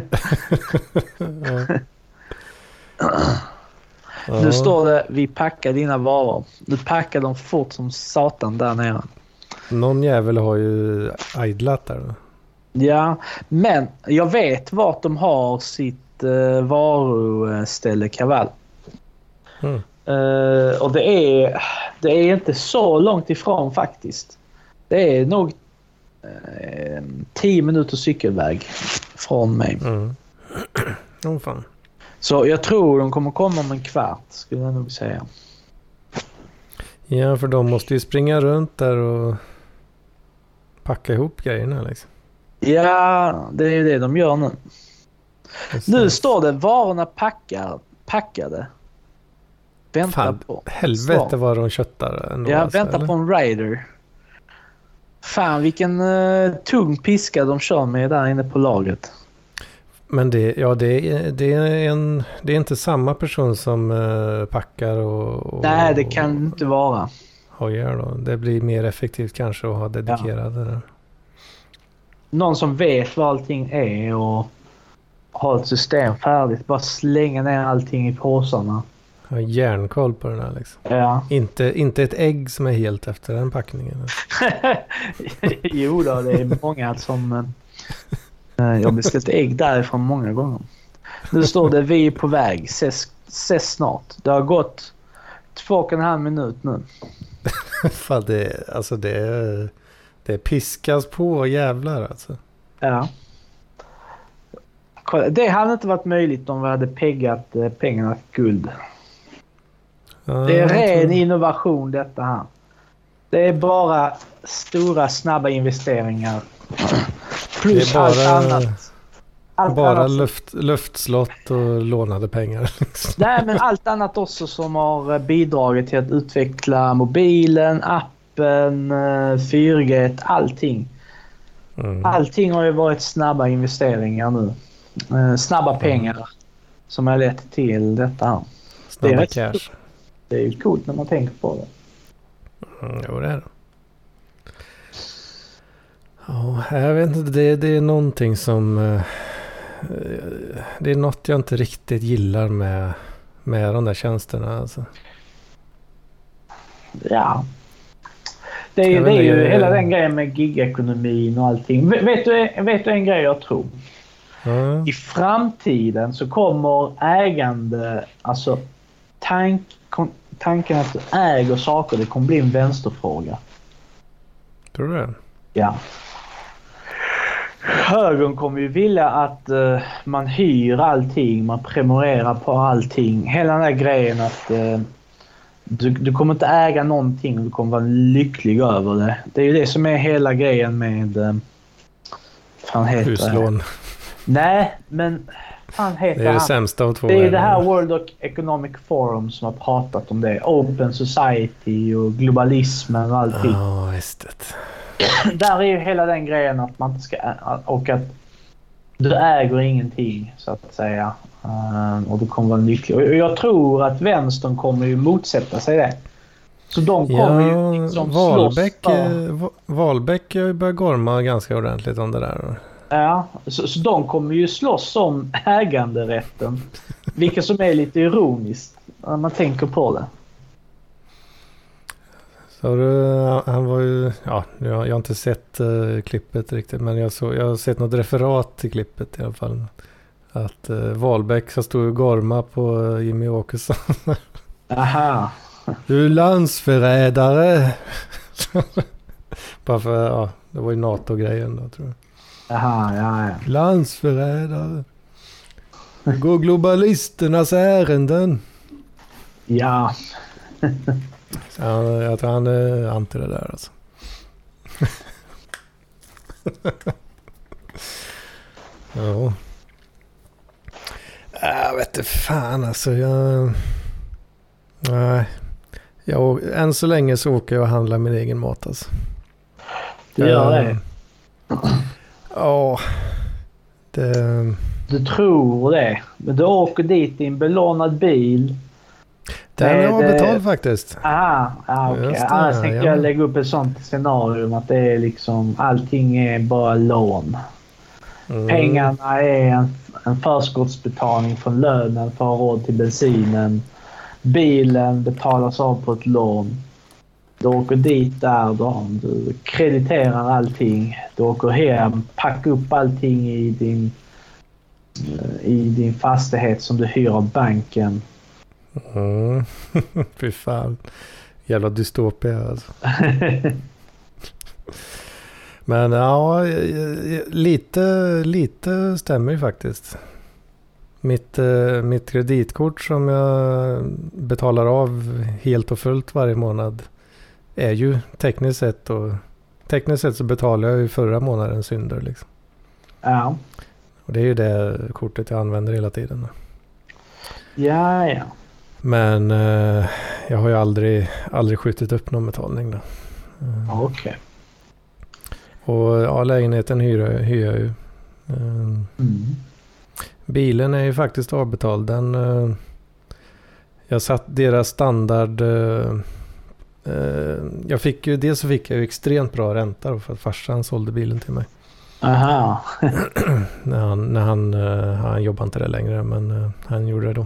Nu står det, vi packar dina varor. Du packar dem fort som satan där nere. Någon jävel har ju idlat där då. Ja, men jag vet vart de har sitt varuställe Kavall. Och det är inte så långt ifrån faktiskt. Det är nog 10 minuter cykelväg från mig. Fan. Så jag tror de kommer komma om en kvart, skulle jag nog säga. Ja, för de måste ju springa runt där och packa ihop grejerna liksom. Ja, det är ju det de gör nu. Nu står det varorna packade. Vänta på. Helvete vad de köttar ändå. Ja, vänta på en rider. Fan, vilken tung piska de kör med där inne på lagret. Men det är inte samma person som packar och... Nej, det kan inte vara. Hojar då. Det blir mer effektivt kanske att ha dedikerade där. Någon som vet vad allting är och har ett system färdigt. Bara slänga ner allting i påsarna. Har järnkoll på den här liksom. Ja. Inte ett ägg som är helt efter den packningen. Jo då, det är många som... Jag har beställt ägg därifrån många gånger. Nu står det, vi är på väg. Ses snart. Det har gått 2,5 minut nu. Fan, det piskas på jävlar alltså. Ja. Det hade inte varit möjligt om vi hade peggat pengarna till guld. Det är ren innovation detta här. Det är bara stora snabba investeringar. Plus det är bara, allt annat. Bara luftslott och lånade pengar. Nej, men allt annat också som har bidragit till att utveckla mobilen, appen, 4G, allting. Allting har ju varit snabba investeringar nu. Snabba pengar som har lett till detta här. Snabba cash. Det är ju coolt när man tänker på det. Jo, det är det. Ja, jag vet inte, det är någonting som... det är något jag inte riktigt gillar med de där tjänsterna. Alltså. Ja. Det är ju hela den grejen med gigekonomin och allting. Vet du en grej jag tror? I framtiden så kommer ägande, alltså tanken att du äger saker, det kommer bli en vänsterfråga. Tror du det? Ja. Högern kommer ju vilja att man hyr allting, man prenumererar på allting. Hela den där grejen att du kommer inte äga någonting och du kommer vara lycklig över det. Det är ju det som är hela grejen med huslån. Nej, men fan heter det är det sämsta av två. Det är det här World Economic Forum som har pratat om det. Open Society och globalismen och allting. Ja, just det. Där är ju hela den grejen att man inte ska... Och att du äger ingenting, så att säga. Och du kommer vara lycklig. Och jag tror att vänstern kommer ju motsätta sig det. Så de kommer ju liksom Wahlbeck har ju börjat gorma ganska ordentligt om det där. Ja, så de kommer ju slåss om äganderätten. Vilket som är lite ironiskt när man tänker på det. Så han var ju, ja, jag har inte sett klippet riktigt, men jag har sett något referat till klippet i alla fall. Att Wahlbeck så stod och gorma på Jimmy Åkesson. Aha. Du är landsförrädare. Bara för, ja, det var ju NATO-grejen då, tror jag. Aha, ja. Landsförrädare. Det går globalisternas ärenden. Ja. Så jag tror han är anti det där alltså. Ja. Jag vet inte fan alltså. Nej. Än så länge så åker jag och handlar min egen mat alltså. Du gör det? Ja. Du tror det. Men du åker dit i en belånad bil. Den har betalt faktiskt. Aha, okej. Annars tänkte jag lägga upp ett sånt scenario att det är liksom allting är bara lån. Pengarna är en förskottsbetalning från lönen för att ha råd till bensinen. Bilen betalas av på ett lån. Du åker dit där, du krediterar allting. Du åker hem, packar upp allting i din fastighet som du hyr av banken. Fy fan. Jävla dystopia alltså. Men ja, lite stämmer ju faktiskt. Mitt kreditkort som jag betalar av helt och fullt varje månad är ju tekniskt sett så betalar jag ju förra månadens synder liksom. Ja. Och det är ju det kortet jag använder hela tiden. Ja. Men jag har ju aldrig skjutit upp någon betalning då. Okej. Och ja, lägenheten hyr jag ju. Bilen är ju faktiskt avbetald. Jag satt deras standard. Dels så fick jag ju extremt bra ränta då, för att farsan sålde bilen till mig. Aha. när han jobbar inte det längre, men han gjorde det då.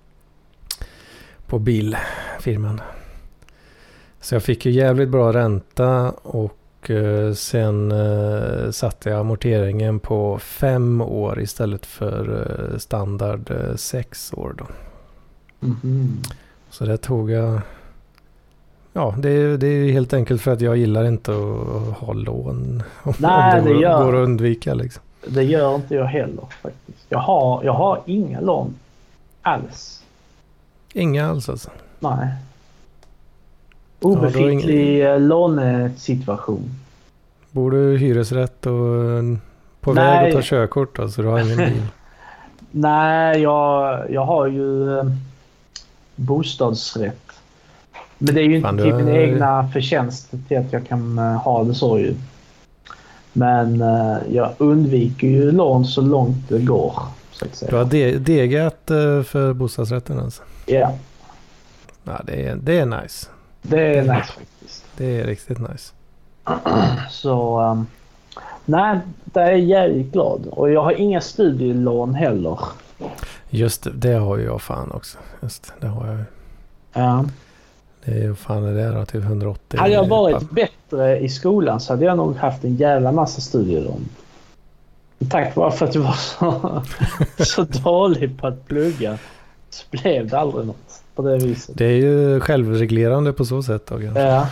På bilfirman. Så jag fick ju jävligt bra ränta och sen satte jag amorteringen på 5 år istället för standard 6 år då. Så det tog jag. Ja, det är helt enkelt för att jag gillar inte att ha lån. Nej, om det går att undvika liksom. Det gör inte jag heller faktiskt. Jag har inga lån alls. Inga alls alltså? Nej. Obefintlig lånesituation. Bor du hyresrätt och på väg att ta körkort då, så du har ingen bil? Nej, jag har ju bostadsrätt. Men det är ju inte till min egna förtjänst till att jag kan ha det så ju. Men jag undviker ju lån så långt det går, så att säga. Du har degat för bostadsrätten alltså? Ja. Ja, det är nice. Det är nice faktiskt. Det är riktigt nice. Så nej, det är jävligt glad. Och jag har inga studielån heller. Just det har ju jag fan också. Just det har jag ju. Ja. Det är ju fan det där till 180. Hade jag varit bättre i skolan så hade jag nog haft en jävla massa studielån. Tack vare för att jag var så dålig på att plugga, så blev det aldrig något på det viset. Det är ju självreglerande på så sätt då. Ja.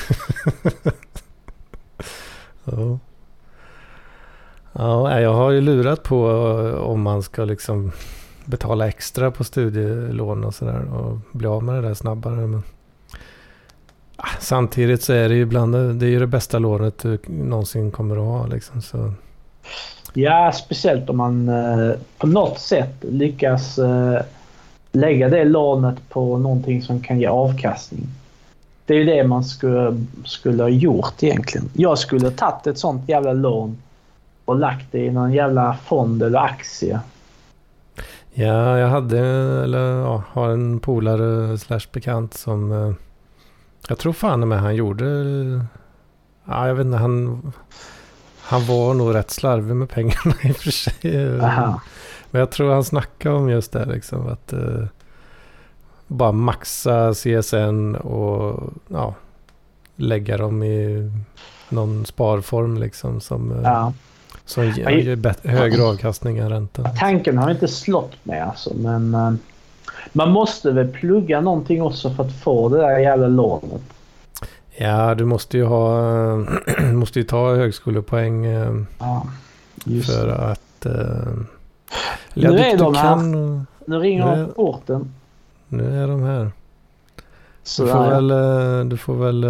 Ja, jag har ju lurat på om man ska liksom betala extra på studielån och sådär och bli av med det där snabbare. Men samtidigt så är det ju ibland, det är ju det bästa lånet du någonsin kommer att ha liksom, så. Ja, speciellt om man på något sätt lyckas lägga det lånet på någonting som kan ge avkastning. Det är ju det man skulle ha gjort egentligen. Jag skulle ha tagit ett sånt jävla lån och lagt det i någon jävla fond eller aktie. Ja, jag har en polare / bekant som jag tror fan med han gjorde, jag vet inte, han var nog rätt slarvig med pengarna i och för sig. Aha. Men jag tror han snackade om just det liksom, att bara maxa CSN och lägga dem i någon sparform liksom som ger högre avkastning än räntan. Tanken har inte slått med alltså, men man måste väl plugga någonting också för att få det där jävla lånet. Ja, du måste ju ta högskolepoäng för att nu är de här. Nu ringer de på porten. Nu är de här. Så du får väl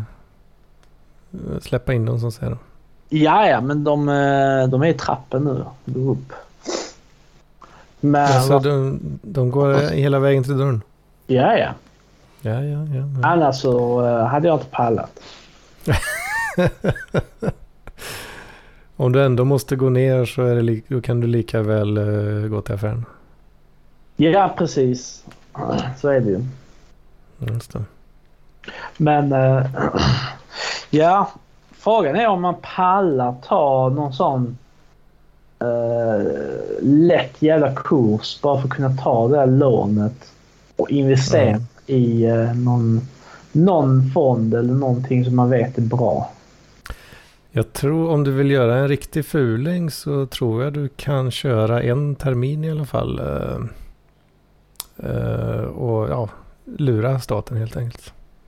släppa in dem som säger de. Ja, men de är i trappen nu. Gå upp. Men alltså, de går hela vägen till dörren. Ja. Ja. Annars så hade jag inte pallat. Om du ändå måste gå ner så då kan du lika väl gå till affären. Ja, precis. Så är det ju. Just det. Men ja, frågan är om man pallar ta någon sån lätt jävla kurs bara för att kunna ta det här lånet och investera i någon fond eller någonting som man vet är bra. Jag tror om du vill göra en riktig fuling så tror jag du kan köra en termin i alla fall och lura staten helt enkelt.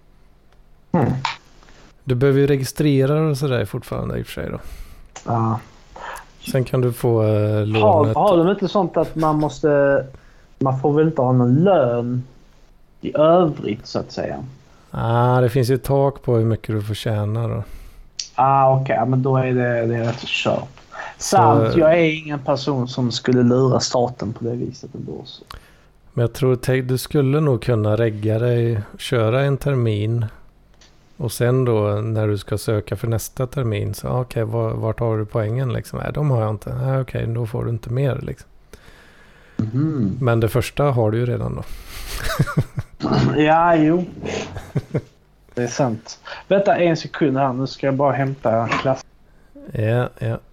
Du behöver ju registrera och sådär fortfarande i och för sig då. Ja. Sen kan du få lånet. Har de inte sånt att man får väl inte ha någon lön i övrigt så att säga? Det finns ju ett tak på hur mycket du får tjäna då. Okej, men då är det rätt kört. Samt, jag är ingen person som skulle lura staten på det viset ändå. Så. Men jag tror du skulle nog kunna regga dig, köra en termin och sen då när du ska söka för nästa termin så okej, vart har du poängen liksom? Nej, de har jag inte. Okej, då får du inte mer liksom. Men det första har du ju redan då. Ja, jo. Det är sant. Vänta en sekund här, nu ska jag bara hämta klass. Ja.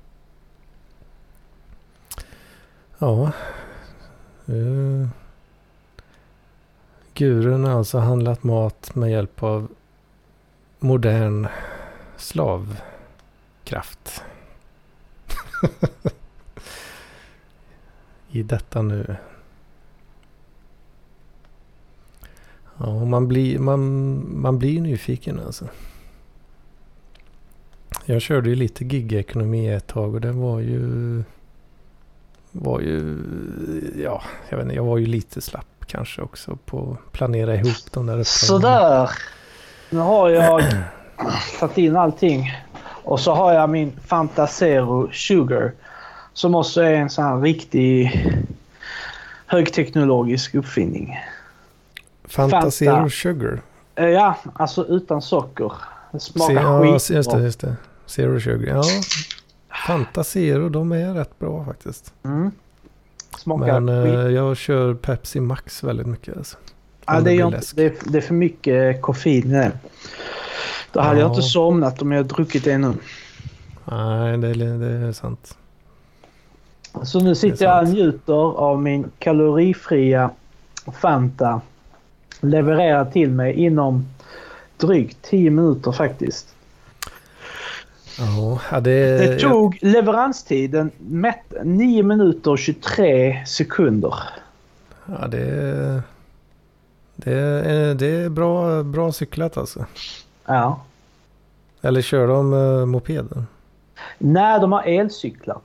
Gurun har alltså handlat mat med hjälp av modern slavkraft. I detta nu. Ja, man blir nyfiken alltså. Jag körde ju lite gig-ekonomi ett tag och det var ju ja, jag vet inte, jag var ju lite slapp kanske också på att planera ihop de där uppdragen. Sådär. Nu har jag tagit in allting och så har jag min Fanta Zero Sugar som också är en sån här riktig högteknologisk uppfinning. Fanta Zero Sugar? Ja, alltså utan socker. Det smakar skit. Just det. Zero Sugar. Ja, Fanta Zero, de är rätt bra faktiskt. Smakar men skit. Jag kör Pepsi Max väldigt mycket. Alltså. Ja, det är för mycket koffein i det. Då hade jag inte somnat om jag hade druckit det nu. Nej, det är sant. Så nu sitter jag och njuter av min kalorifria Fanta. Levererar till mig inom drygt 10 minuter faktiskt. Ja, det tog leveranstiden mätt 9 minuter och 23 sekunder. Ja, det är bra cyklat alltså. Ja. Eller kör de mopeden? Nej, de har elcyklar.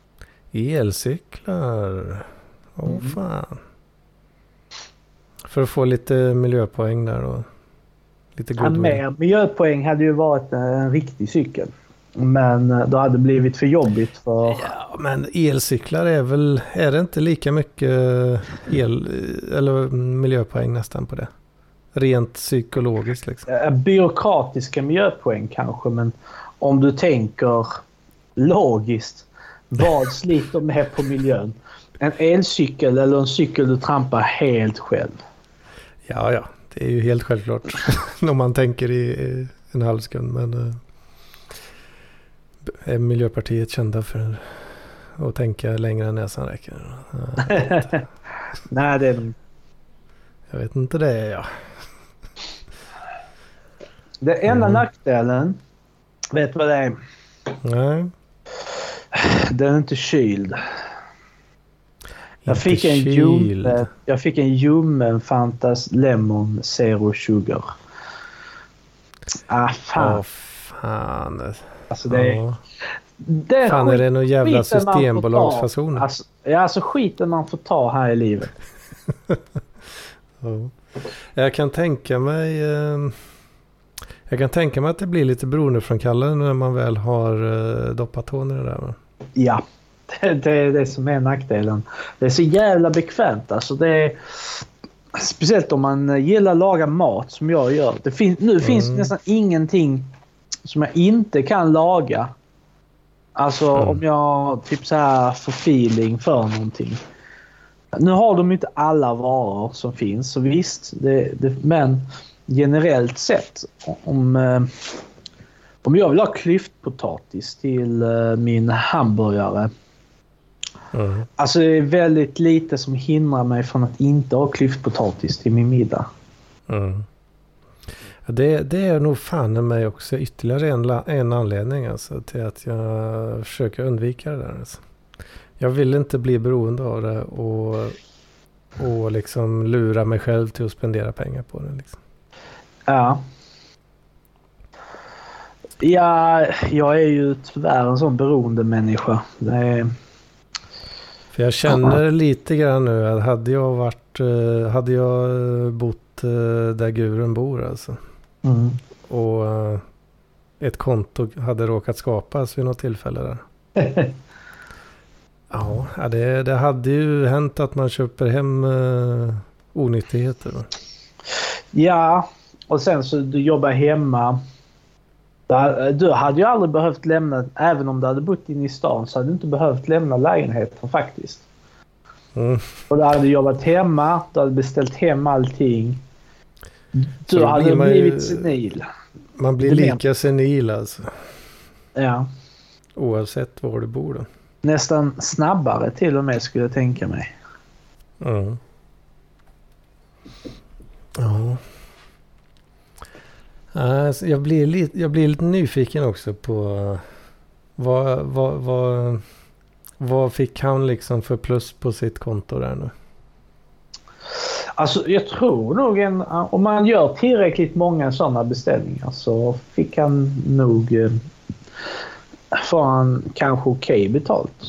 Elcyklar? Fan. För att få lite miljöpoäng där och lite goodwill. Mer miljöpoäng hade ju varit en riktig cykel. Men då hade det blivit för jobbigt för... Ja, men elcyklar är det inte lika mycket eller miljöpoäng nästan på det? Rent psykologiskt liksom. Byråkratiska miljöpoäng kanske, men om du tänker logiskt, vad sliter med på miljön? En elcykel eller en cykel du trampar helt själv? Ja, det är ju helt självklart när man tänker i en halv sekund, men är Miljöpartiet kända för att tänka längre än näsan räcker? Nej, det är de. Jag vet inte det, ja. Det enda nackdelen, vet du vad det är? Nej. Den är inte kyld. Jag fick en ljummen Fantas Lemon Zero Sugar. Fan. Fan. Alltså det är... Fan, är det någon jävla systembolagsfason? Alltså skiten man får ta här i livet. Jag kan tänka mig att det blir lite beroendeframkallande när man väl har doppat tån i det där, va? Ja, det är det som är nackdelen. Det är så jävla bekvämt. Alltså det är, speciellt om man gillar att laga mat som jag gör. Nu finns nästan ingenting som jag inte kan laga. Alltså om jag typ så här får feeling för någonting. Nu har de inte alla varor som finns, så visst. Men generellt sett, om jag vill ha klyftpotatis till min hamburgare. Alltså det är väldigt lite som hindrar mig från att inte ha klyftpotatis till min middag. Det är nog fan med mig också ytterligare en anledning alltså, till att jag försöker undvika det där. Alltså. Jag vill inte bli beroende av det och liksom lura mig själv till att spendera pengar på det. Liksom. Ja. Ja, jag är ju tyvärr en sån beroende människa. För jag känner lite grann nu att hade jag bott där Guren bor alltså. Och ett konto hade råkat skapas vid något tillfälle där. Ja, det hade ju hänt att man köper hem onyttigheter. Då. Ja, och sen så du jobbar hemma. Du hade ju aldrig behövt lämna, även om du hade bott inne i stan så hade du inte behövt lämna lägenheten faktiskt. Och du hade jobbat hemma, du hade beställt hem allting. Du hade blivit senil. Man blir lika senil alltså. Ja. Oavsett var du bor då. Nästan snabbare till och med skulle jag tänka mig. Ja. Jag blir lite nyfiken också på vad fick han liksom för plus på sitt konto där nu? Alltså jag tror nog om man gör tillräckligt många sådana beställningar så fick han nog får han kanske okej betalt.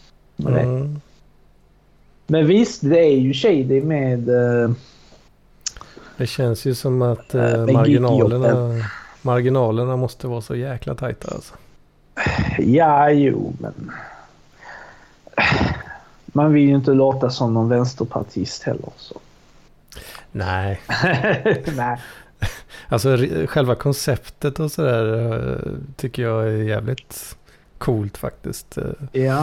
Men visst, det är ju shady med det känns ju som att marginalerna måste vara så jäkla tajta alltså. Ja, jo, men man vill ju inte låta som någon vänsterpartist heller så. Nej. Nej. Alltså själva konceptet och sådär tycker jag är jävligt coolt faktiskt. Ja.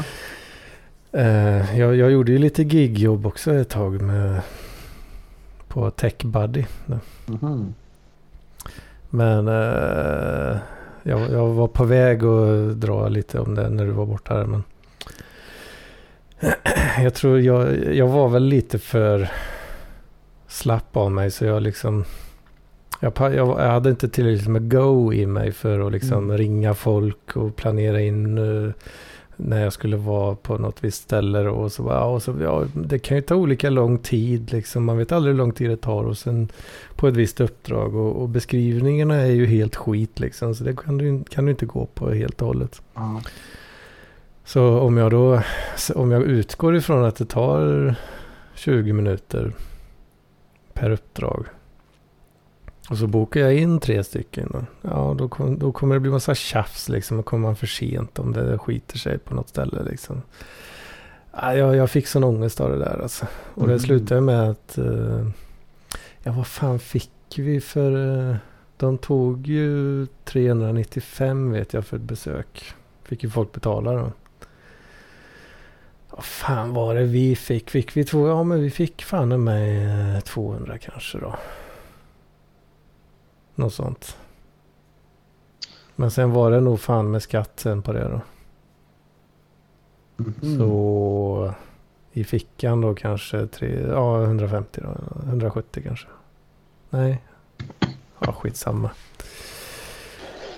Jag gjorde ju lite gigjobb också ett tag på TechBuddy. Men jag var på väg att dra lite om det när du var borta där, men jag tror jag var väl lite för slapp av mig så jag liksom jag hade inte tillräckligt med go i mig för att liksom ringa folk och planera in när jag skulle vara på något visst ställe och så det kan ju ta olika lång tid liksom, man vet aldrig hur lång tid det tar och sen på ett visst uppdrag och beskrivningarna är ju helt skit liksom, så det kan du inte gå på helt och hållet. Så om jag utgår ifrån att det tar 20 minuter per uppdrag och så bokar jag in 3 stycken då kommer det bli massa tjafs liksom, och kommer man för sent om det skiter sig på något ställe liksom. Jag fick sån ångest av det där alltså. Och det slutade med att vad fan fick vi för de tog ju 395 vet jag för ett besök. Fick ju folk betala då. Vad fan var det vi fick? Fick vi 2? Ja, men vi fick fan med 200 kanske då. Något sånt. Men sen var det nog fan med skatt sen på det då. Så i fickan då kanske 150 då. 170 kanske. Nej. Ja, skitsamma.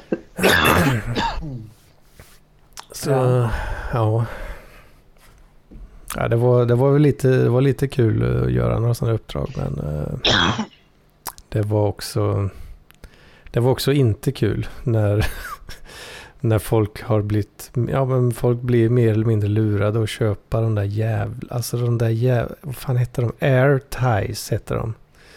Så ja. Ja, det var lite kul att göra några sådana uppdrag, men det var också inte kul när folk har blivit, men folk blir mer eller mindre lurade och köpa de där vad fan heter de? AirTies heter de.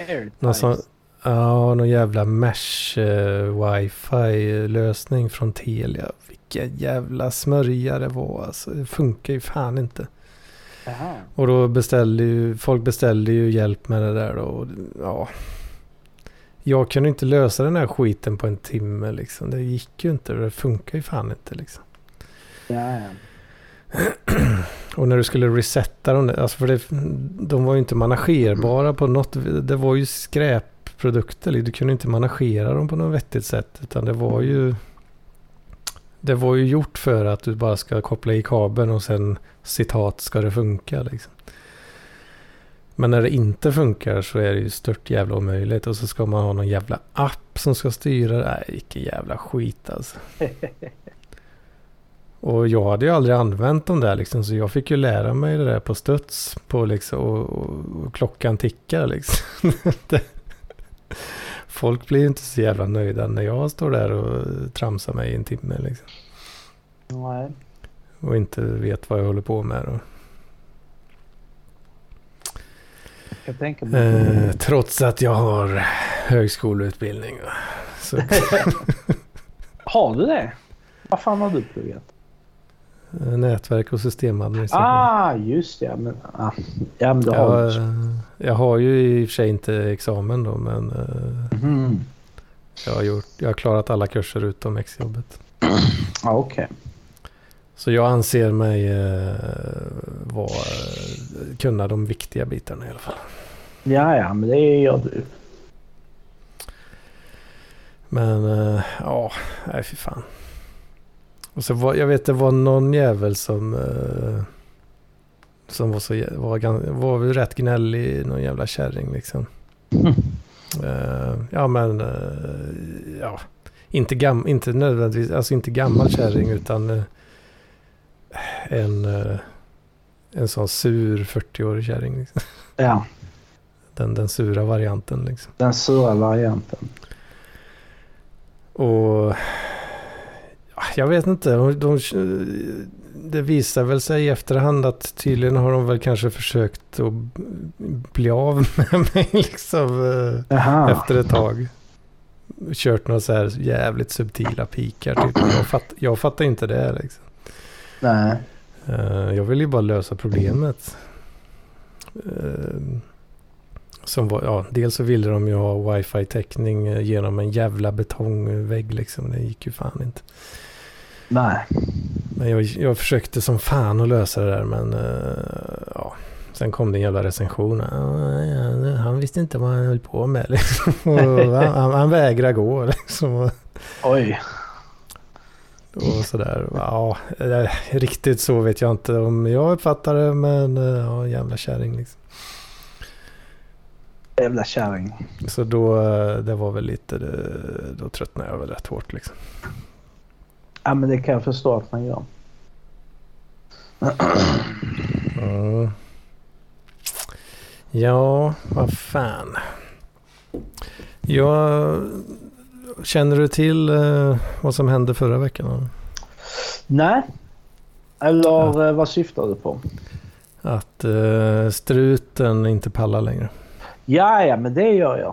Någon jävla mesh wifi lösning från Telia. Vilken jävla smörja det var, alltså. Det funkar ju fan inte. Aha. Och då folk beställde ju hjälp med det där då, och ja. Jag kunde inte lösa den här skiten på en timme liksom. Det gick ju inte. Det funkar ju fan inte liksom. Ja. Och när du skulle resetta dem, alltså för de var ju inte managerbara på något. Det var ju skräpprodukter. Du kunde inte managera dem på något vettigt sätt. Utan det var ju gjort för att du bara ska koppla i kabeln och sen citat ska det funka liksom. Men när det inte funkar så är det ju stört jävla omöjligt. Och så ska man ha någon jävla app som ska styra. Nej, vilken jävla skit alltså. Och jag hade ju aldrig använt dem där liksom. Så jag fick ju lära mig det där på studs. På liksom, och klockan tickar liksom. Folk blir ju inte så jävla nöjda när jag står där och tramsar mig i en timme liksom. Nej. Och inte vet vad jag håller på med då. Jag tänker mig. Trots att jag har högskoleutbildning. Så. Har du det? Vad fan har du pluggat? Nätverk och systemadministration. Just det. Men det har jag har ju i och för sig inte examen då, men jag har klarat alla kurser utom exjobbet. Okej. Så jag anser mig kunna de viktiga bitarna i alla fall. Ja, men det gör du. Men nej fy fan. Och så jag vet det var någon jävel som var väl rätt gnällig, någon jävla kärring liksom. Inte nödvändigtvis, alltså inte gammal kärring utan en sån sur 40-årig kärring liksom. Ja. Den sura varianten liksom. Den sura varianten. Och jag vet inte, det visar väl sig i efterhand att tydligen har de väl kanske försökt att bli av med mig liksom efter ett tag. Kört några så här jävligt subtila pikar typ. Jag fattar inte det liksom. Nej. Jag vill ju bara lösa problemet. Som var, dels så ville de ju ha wifi-täckning genom en jävla betongvägg liksom. Det gick ju fan inte. Nej. Men jag försökte som fan att lösa det där, men sen kom det en jävla recension. Han visste inte vad han höll på med liksom. han vägrar gå liksom. Oj. Och sådär. Ja, riktigt så vet jag inte om jag uppfattar det, men jävla kärring liksom. Jävla kärring. Så då, det var väl lite, då tröttnade jag väl rätt hårt liksom. Ja, men det kan jag förstå att man gör. Ja, vad fan. Känner du till vad som hände förra veckan? Nej. Eller vad syftar du på? Att struten inte pallar längre. Ja, men det gör jag.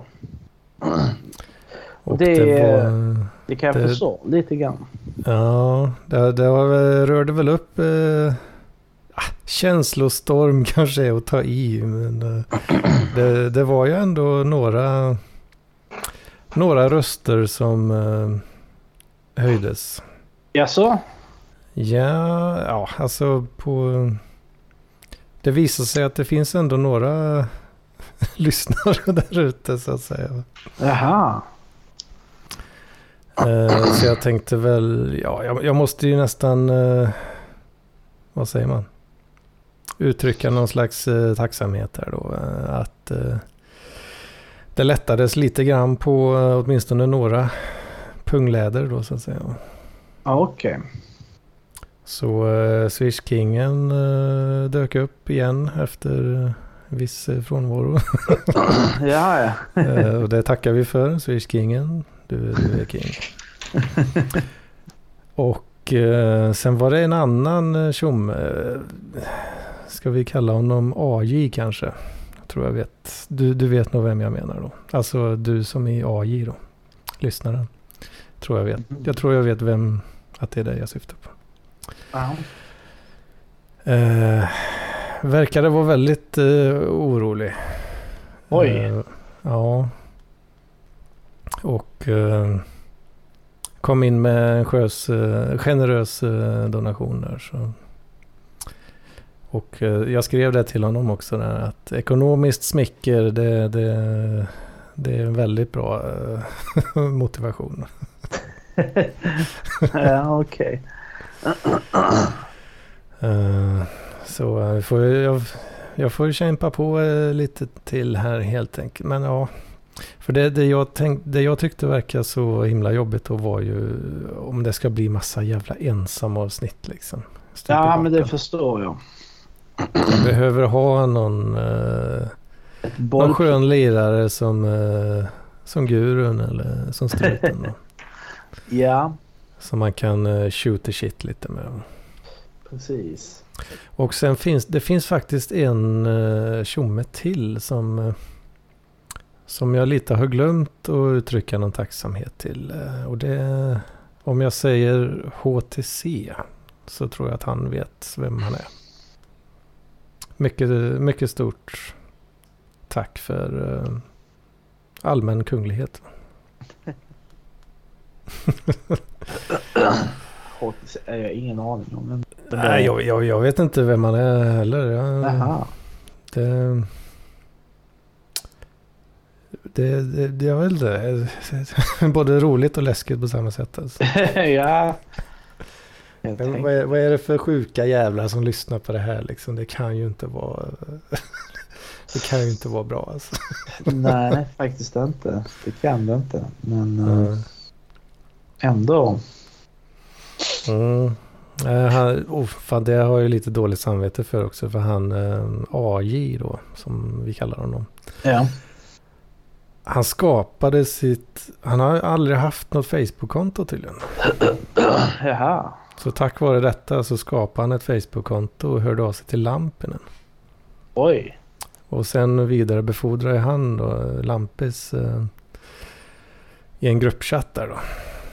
Och det kan jag förstå lite grann. Ja, det rörde väl upp känslostorm kanske är att ta i, men det var ju ändå några röster som höjdes. Jaså? Ja, alltså det visar sig att det finns ändå några lyssnare där ute så att säga. Jaha. Så jag tänkte väl, jag måste ju nästan, vad säger man? Uttrycka någon slags tacksamhet här då. Att det lättades lite grann på åtminstone några pungläder då så att säga. Okej. Så Swish Kingen dök upp igen efter viss frånvaro. Ja. Och det tackar vi för, Swish Kingen. Du är king. Och sen var det en annan ska vi kalla honom AJ kanske? Tror jag vet. Du vet nog vem jag menar då. Alltså du som är AJ då. Lyssnaren. Tror jag vet. Jag tror jag vet vem att det är det jag syftar på. Verkade vara väldigt orolig. Oj. Ja. Och kom in med en generös donation där. Så. Och jag skrev det till honom också där, att ekonomiskt smicker det är en väldigt bra motivation. Ja, okej. Så jag får kämpa på lite till här helt enkelt. Men ja, för det jag tyckte verkar så himla jobbigt då var ju om det ska bli massa jävla ensamavsnitt liksom. Ja, men det förstår jag. Jag behöver ha någon skön lirare som gurun eller som struten då. Ja. Som man kan shoot the shit lite med. Precis. Och sen finns faktiskt en tjomme till som jag lite har glömt att uttrycka någon tacksamhet till. Och det, om jag säger HTC så tror jag att han vet vem han är. Mycket, mycket stort tack för allmän kunglighet. HTC är jag ingen aning om. Nej, jag vet inte vem han är heller. Det är väl det. Både roligt och läskigt på samma sätt. Alltså. Ja. Vad är det för sjuka jävlar som lyssnar på det här? Liksom? Det kan ju inte vara... Det kan ju inte vara bra. Alltså. Nej, faktiskt inte. Det kan det inte. Men ändå. Fan, det har jag lite dåligt samvete för också. För han AJ då, som vi kallar honom. Ja. Han skapade han har aldrig haft något Facebook-konto tydligen. Jaha. Så tack vare detta så skapade han ett Facebook-konto och hörde av sig till Lampinen. Oj. Och sen vidare befordrade han då Lampis i en gruppchatt där då.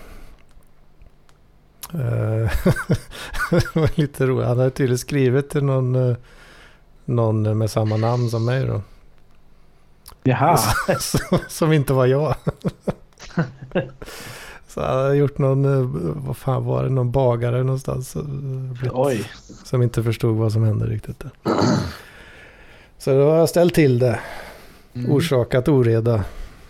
Det var lite roligt. Han hade tydligen skrivit till någon med samma namn som mig då. Jaha. Som inte var jag. Så jag hade gjort vad fan var det, någon bagare någonstans. Oj. Som inte förstod vad som hände riktigt där. Så då har jag ställt till det. Orsakat oreda.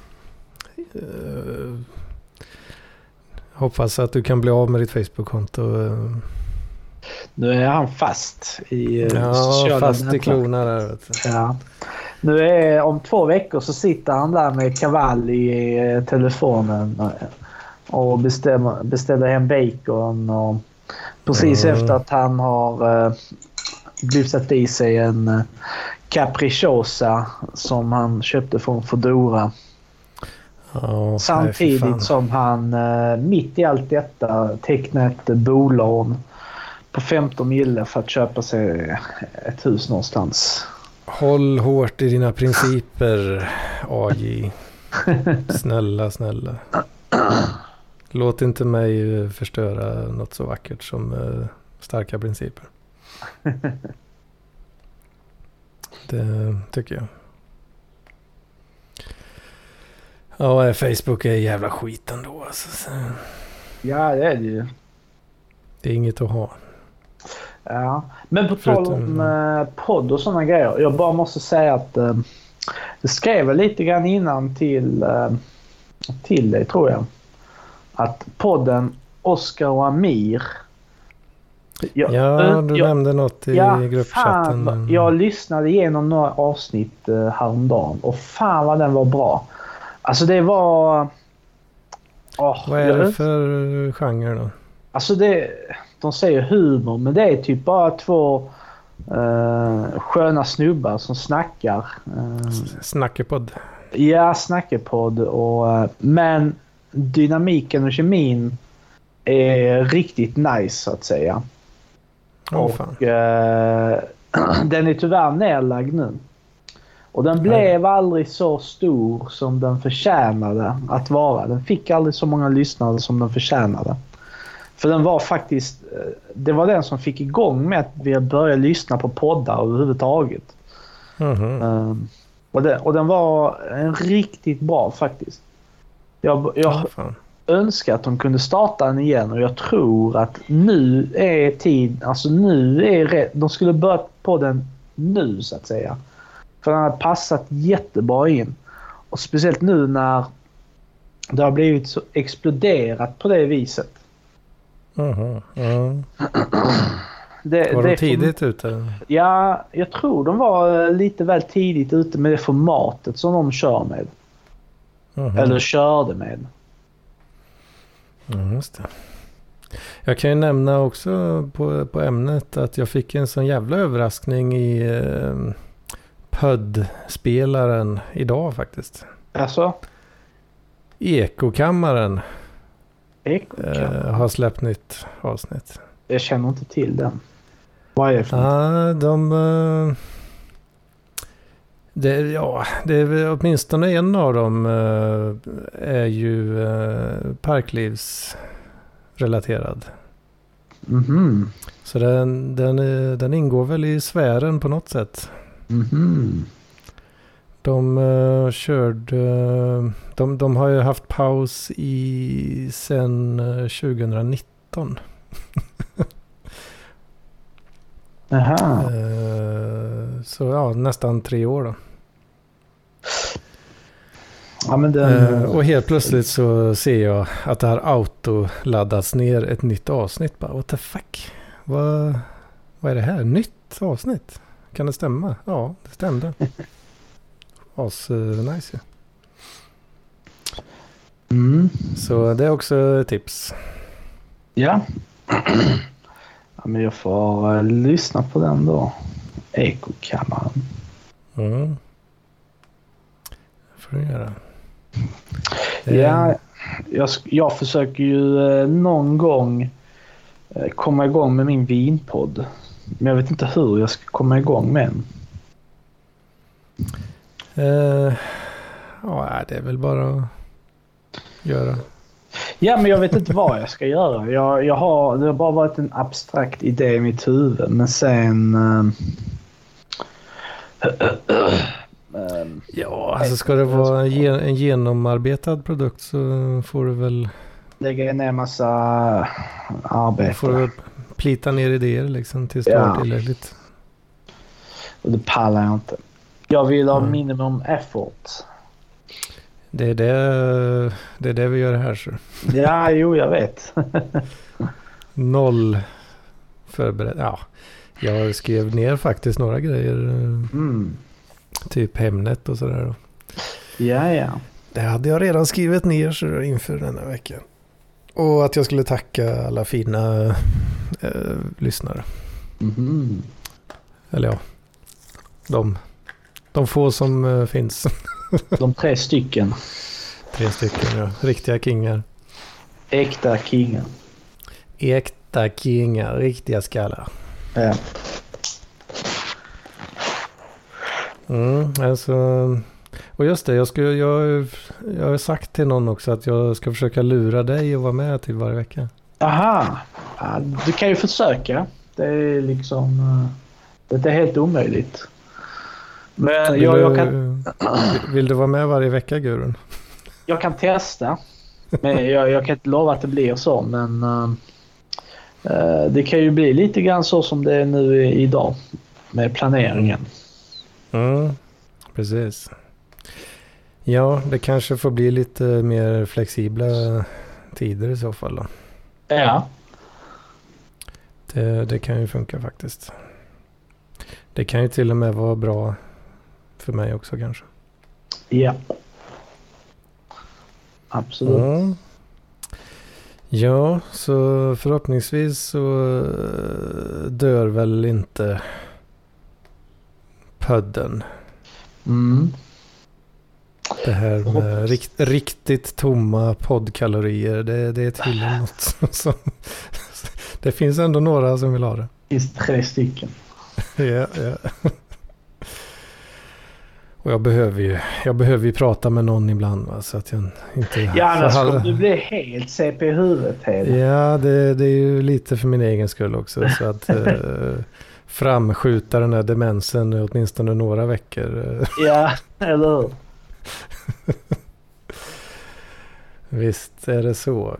Hoppas att du kan bli av med ditt Facebook-konto. Nu är han fast i fast i klorna där. Vet du. Ja. Om 2 veckor så sitter han där med kavaj i telefonen och beställer hem bacon. Och precis efter att han har blyftat i sig en capricciosa som han köpte från Foodora. Samtidigt som han mitt i allt detta tecknat ett bolån på 15 mille för att köpa sig ett hus någonstans. Håll hårt i dina principer, AJ. Snälla. Låt inte mig förstöra något så vackert som starka principer. Det tycker jag. Ja, Facebook är jävla skit ändå. Alltså. Ja, det är det ju. Det är inget att ha. Ja, men på tal om podd och sådana grejer. Jag bara måste säga att det skrev lite grann innan till dig, tror jag. Att podden Oscar och Amir. Du nämnde något i gruppchatten. Fan, jag lyssnade igenom några avsnitt häromdagen och fan vad den var bra. Alltså det var... Vad är det för genre då? Alltså de säger humor, men det är typ bara två sköna snubbar som snackar. Snackepodd. Ja, snackepodd. Men dynamiken och kemin är riktigt nice så att säga. Och den är tyvärr nedlagd nu. Och den blev aldrig så stor som den förtjänade att vara. Den fick aldrig så många lyssnare som den förtjänade. För den var faktiskt... Det var den som fick igång med att vi började lyssna på poddar överhuvudtaget. Och den var en riktigt bra faktiskt. Jag önskar att de kunde starta den igen. Och jag tror att nu är tid... Alltså nu är rätt... De skulle börja på den nu så att säga. För den har passat jättebra in. Och speciellt nu när det har blivit så exploderat på det viset. Var de tidigt ute? Ja, jag tror de var lite väl tidigt ute med det formatet som de kör med. Eller körde med. Just det. Jag kan ju nämna också på ämnet att jag fick en sån jävla överraskning i PUD-spelaren idag faktiskt. Alltså? Ekokammaren. Ekokammaren? Har släppt nytt avsnitt. Jag känner inte till den. Vad är det för något? Det är åtminstone en av dem är ju parklivsrelaterad. Så den ingår väl i sfären på något sätt. De de har ju haft paus sen 2019. Aha. Så ja, nästan 3 år då. Ja, men och helt plötsligt så ser jag att det har autoladdats ner ett nytt avsnitt. Bara, what the fuck? Vad är det här? Nytt avsnitt? Kan det stämma? Ja, det stämde. Nice. Så det är också ett tips. Ja. Ja, men jag får lyssna på den då. Ekokammaren. Får du göra. Ja, jag försöker ju någon gång komma igång med min vinpodd. Men jag vet inte hur jag ska komma igång med den. Ja, det är väl bara att göra. Ja, men jag vet inte vad jag ska göra. Det har bara varit en abstrakt idé i mitt huvud. Men sen... ja, alltså ska det vara en genomarbetad produkt så får du väl... Lägga ner en massa arbete. Får du plita ner idéer liksom tills det är tillräckligt. Och det pallar jag inte. Jag vill ha minimum effort. Det är det vi gör här så. Ja, jo, jag vet. 0 förberedd. Ja, jag skrev ner faktiskt några grejer. Typ Hemnet och sådär. Ja. Det hade jag redan skrivit ner så inför den här veckan. Och att jag skulle tacka alla fina lyssnare. Eller ja, de få som finns. De 3 stycken. 3 stycken, ja. Riktiga kingar. Äkta kingar. Äkta kingar, riktiga skallar. Ja. Alltså, och just det, jag har sagt till någon också att jag ska försöka lura dig och vara med till varje vecka. Aha, ja, du kan ju försöka. Det är liksom, det är helt omöjligt. Men jag kan... Vill du vara med varje vecka, Gurun? Jag kan testa. Men jag kan inte lova att det blir så. Men det kan ju bli lite grann så som det är nu idag. Med planeringen. Precis. Ja, det kanske får bli lite mer flexibla tider i så fall då. Ja. Det kan ju funka faktiskt. Det kan ju till och med vara bra för mig också kanske. Ja. Absolut. Ja, så förhoppningsvis så dör väl inte podden. Det här med riktigt tomma poddkalorier, det är tydligen något som... Det finns ändå några som vill ha det. Det finns 3 stycken. Ja. Och jag behöver ju prata med någon ibland, va, så att jag inte... Ja, annars kommer du bli helt CP i huvudet. Ja, det är ju lite för min egen skull också. Så att framskjuta den här demensen åtminstone några veckor. Ja, eller hur? Visst är det så.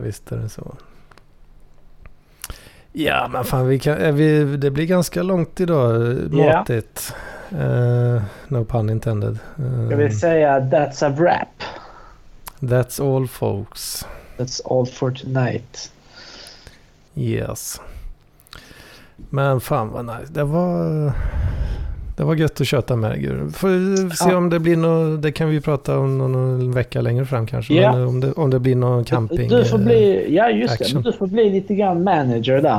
Ja, men fan, det blir ganska långt idag, matigt. No pun intended. Jag vill säga that's a wrap. That's all, folks. That's all for tonight. Yes. Men fan vad nice. Det var gött att köta med dig. Får se om det blir något. Det kan vi prata om någon vecka längre fram kanske. Yeah. Men om det blir någon camping. Du får bli, action. Du får bli lite grann manager där.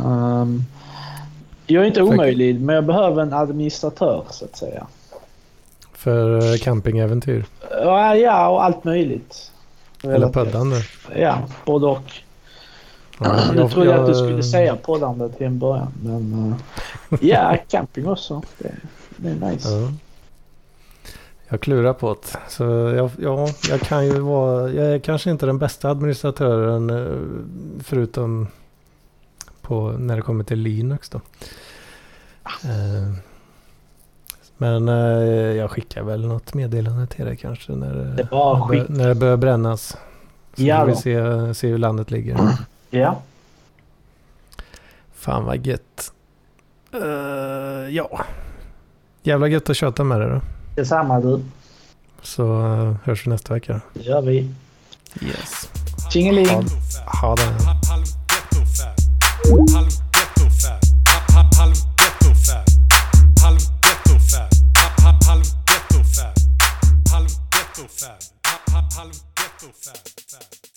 Jag är inte omöjlig, men jag behöver en administratör så att säga. För campingäventyr? Ja, och allt möjligt. Eller poddande? Ja, både och. Ja, jag trodde att du skulle säga poddande till en början. Men ja, camping också. Det är nice. Ja. Jag klurar på det. Så jag kan ju vara... Jag är kanske inte den bästa administratören förutom när det kommer till Linux då. Men jag skickar väl något meddelande till dig kanske när det börjar brännas. Så får vi se hur landet ligger. Ja. Fan vad gött. Ja. Jävla gött att köta med dig då. Detsamma du. Så hörs vi nästa vecka. Det gör vi. Yes. Tjingeling. Ha det. Halv ghetto fab.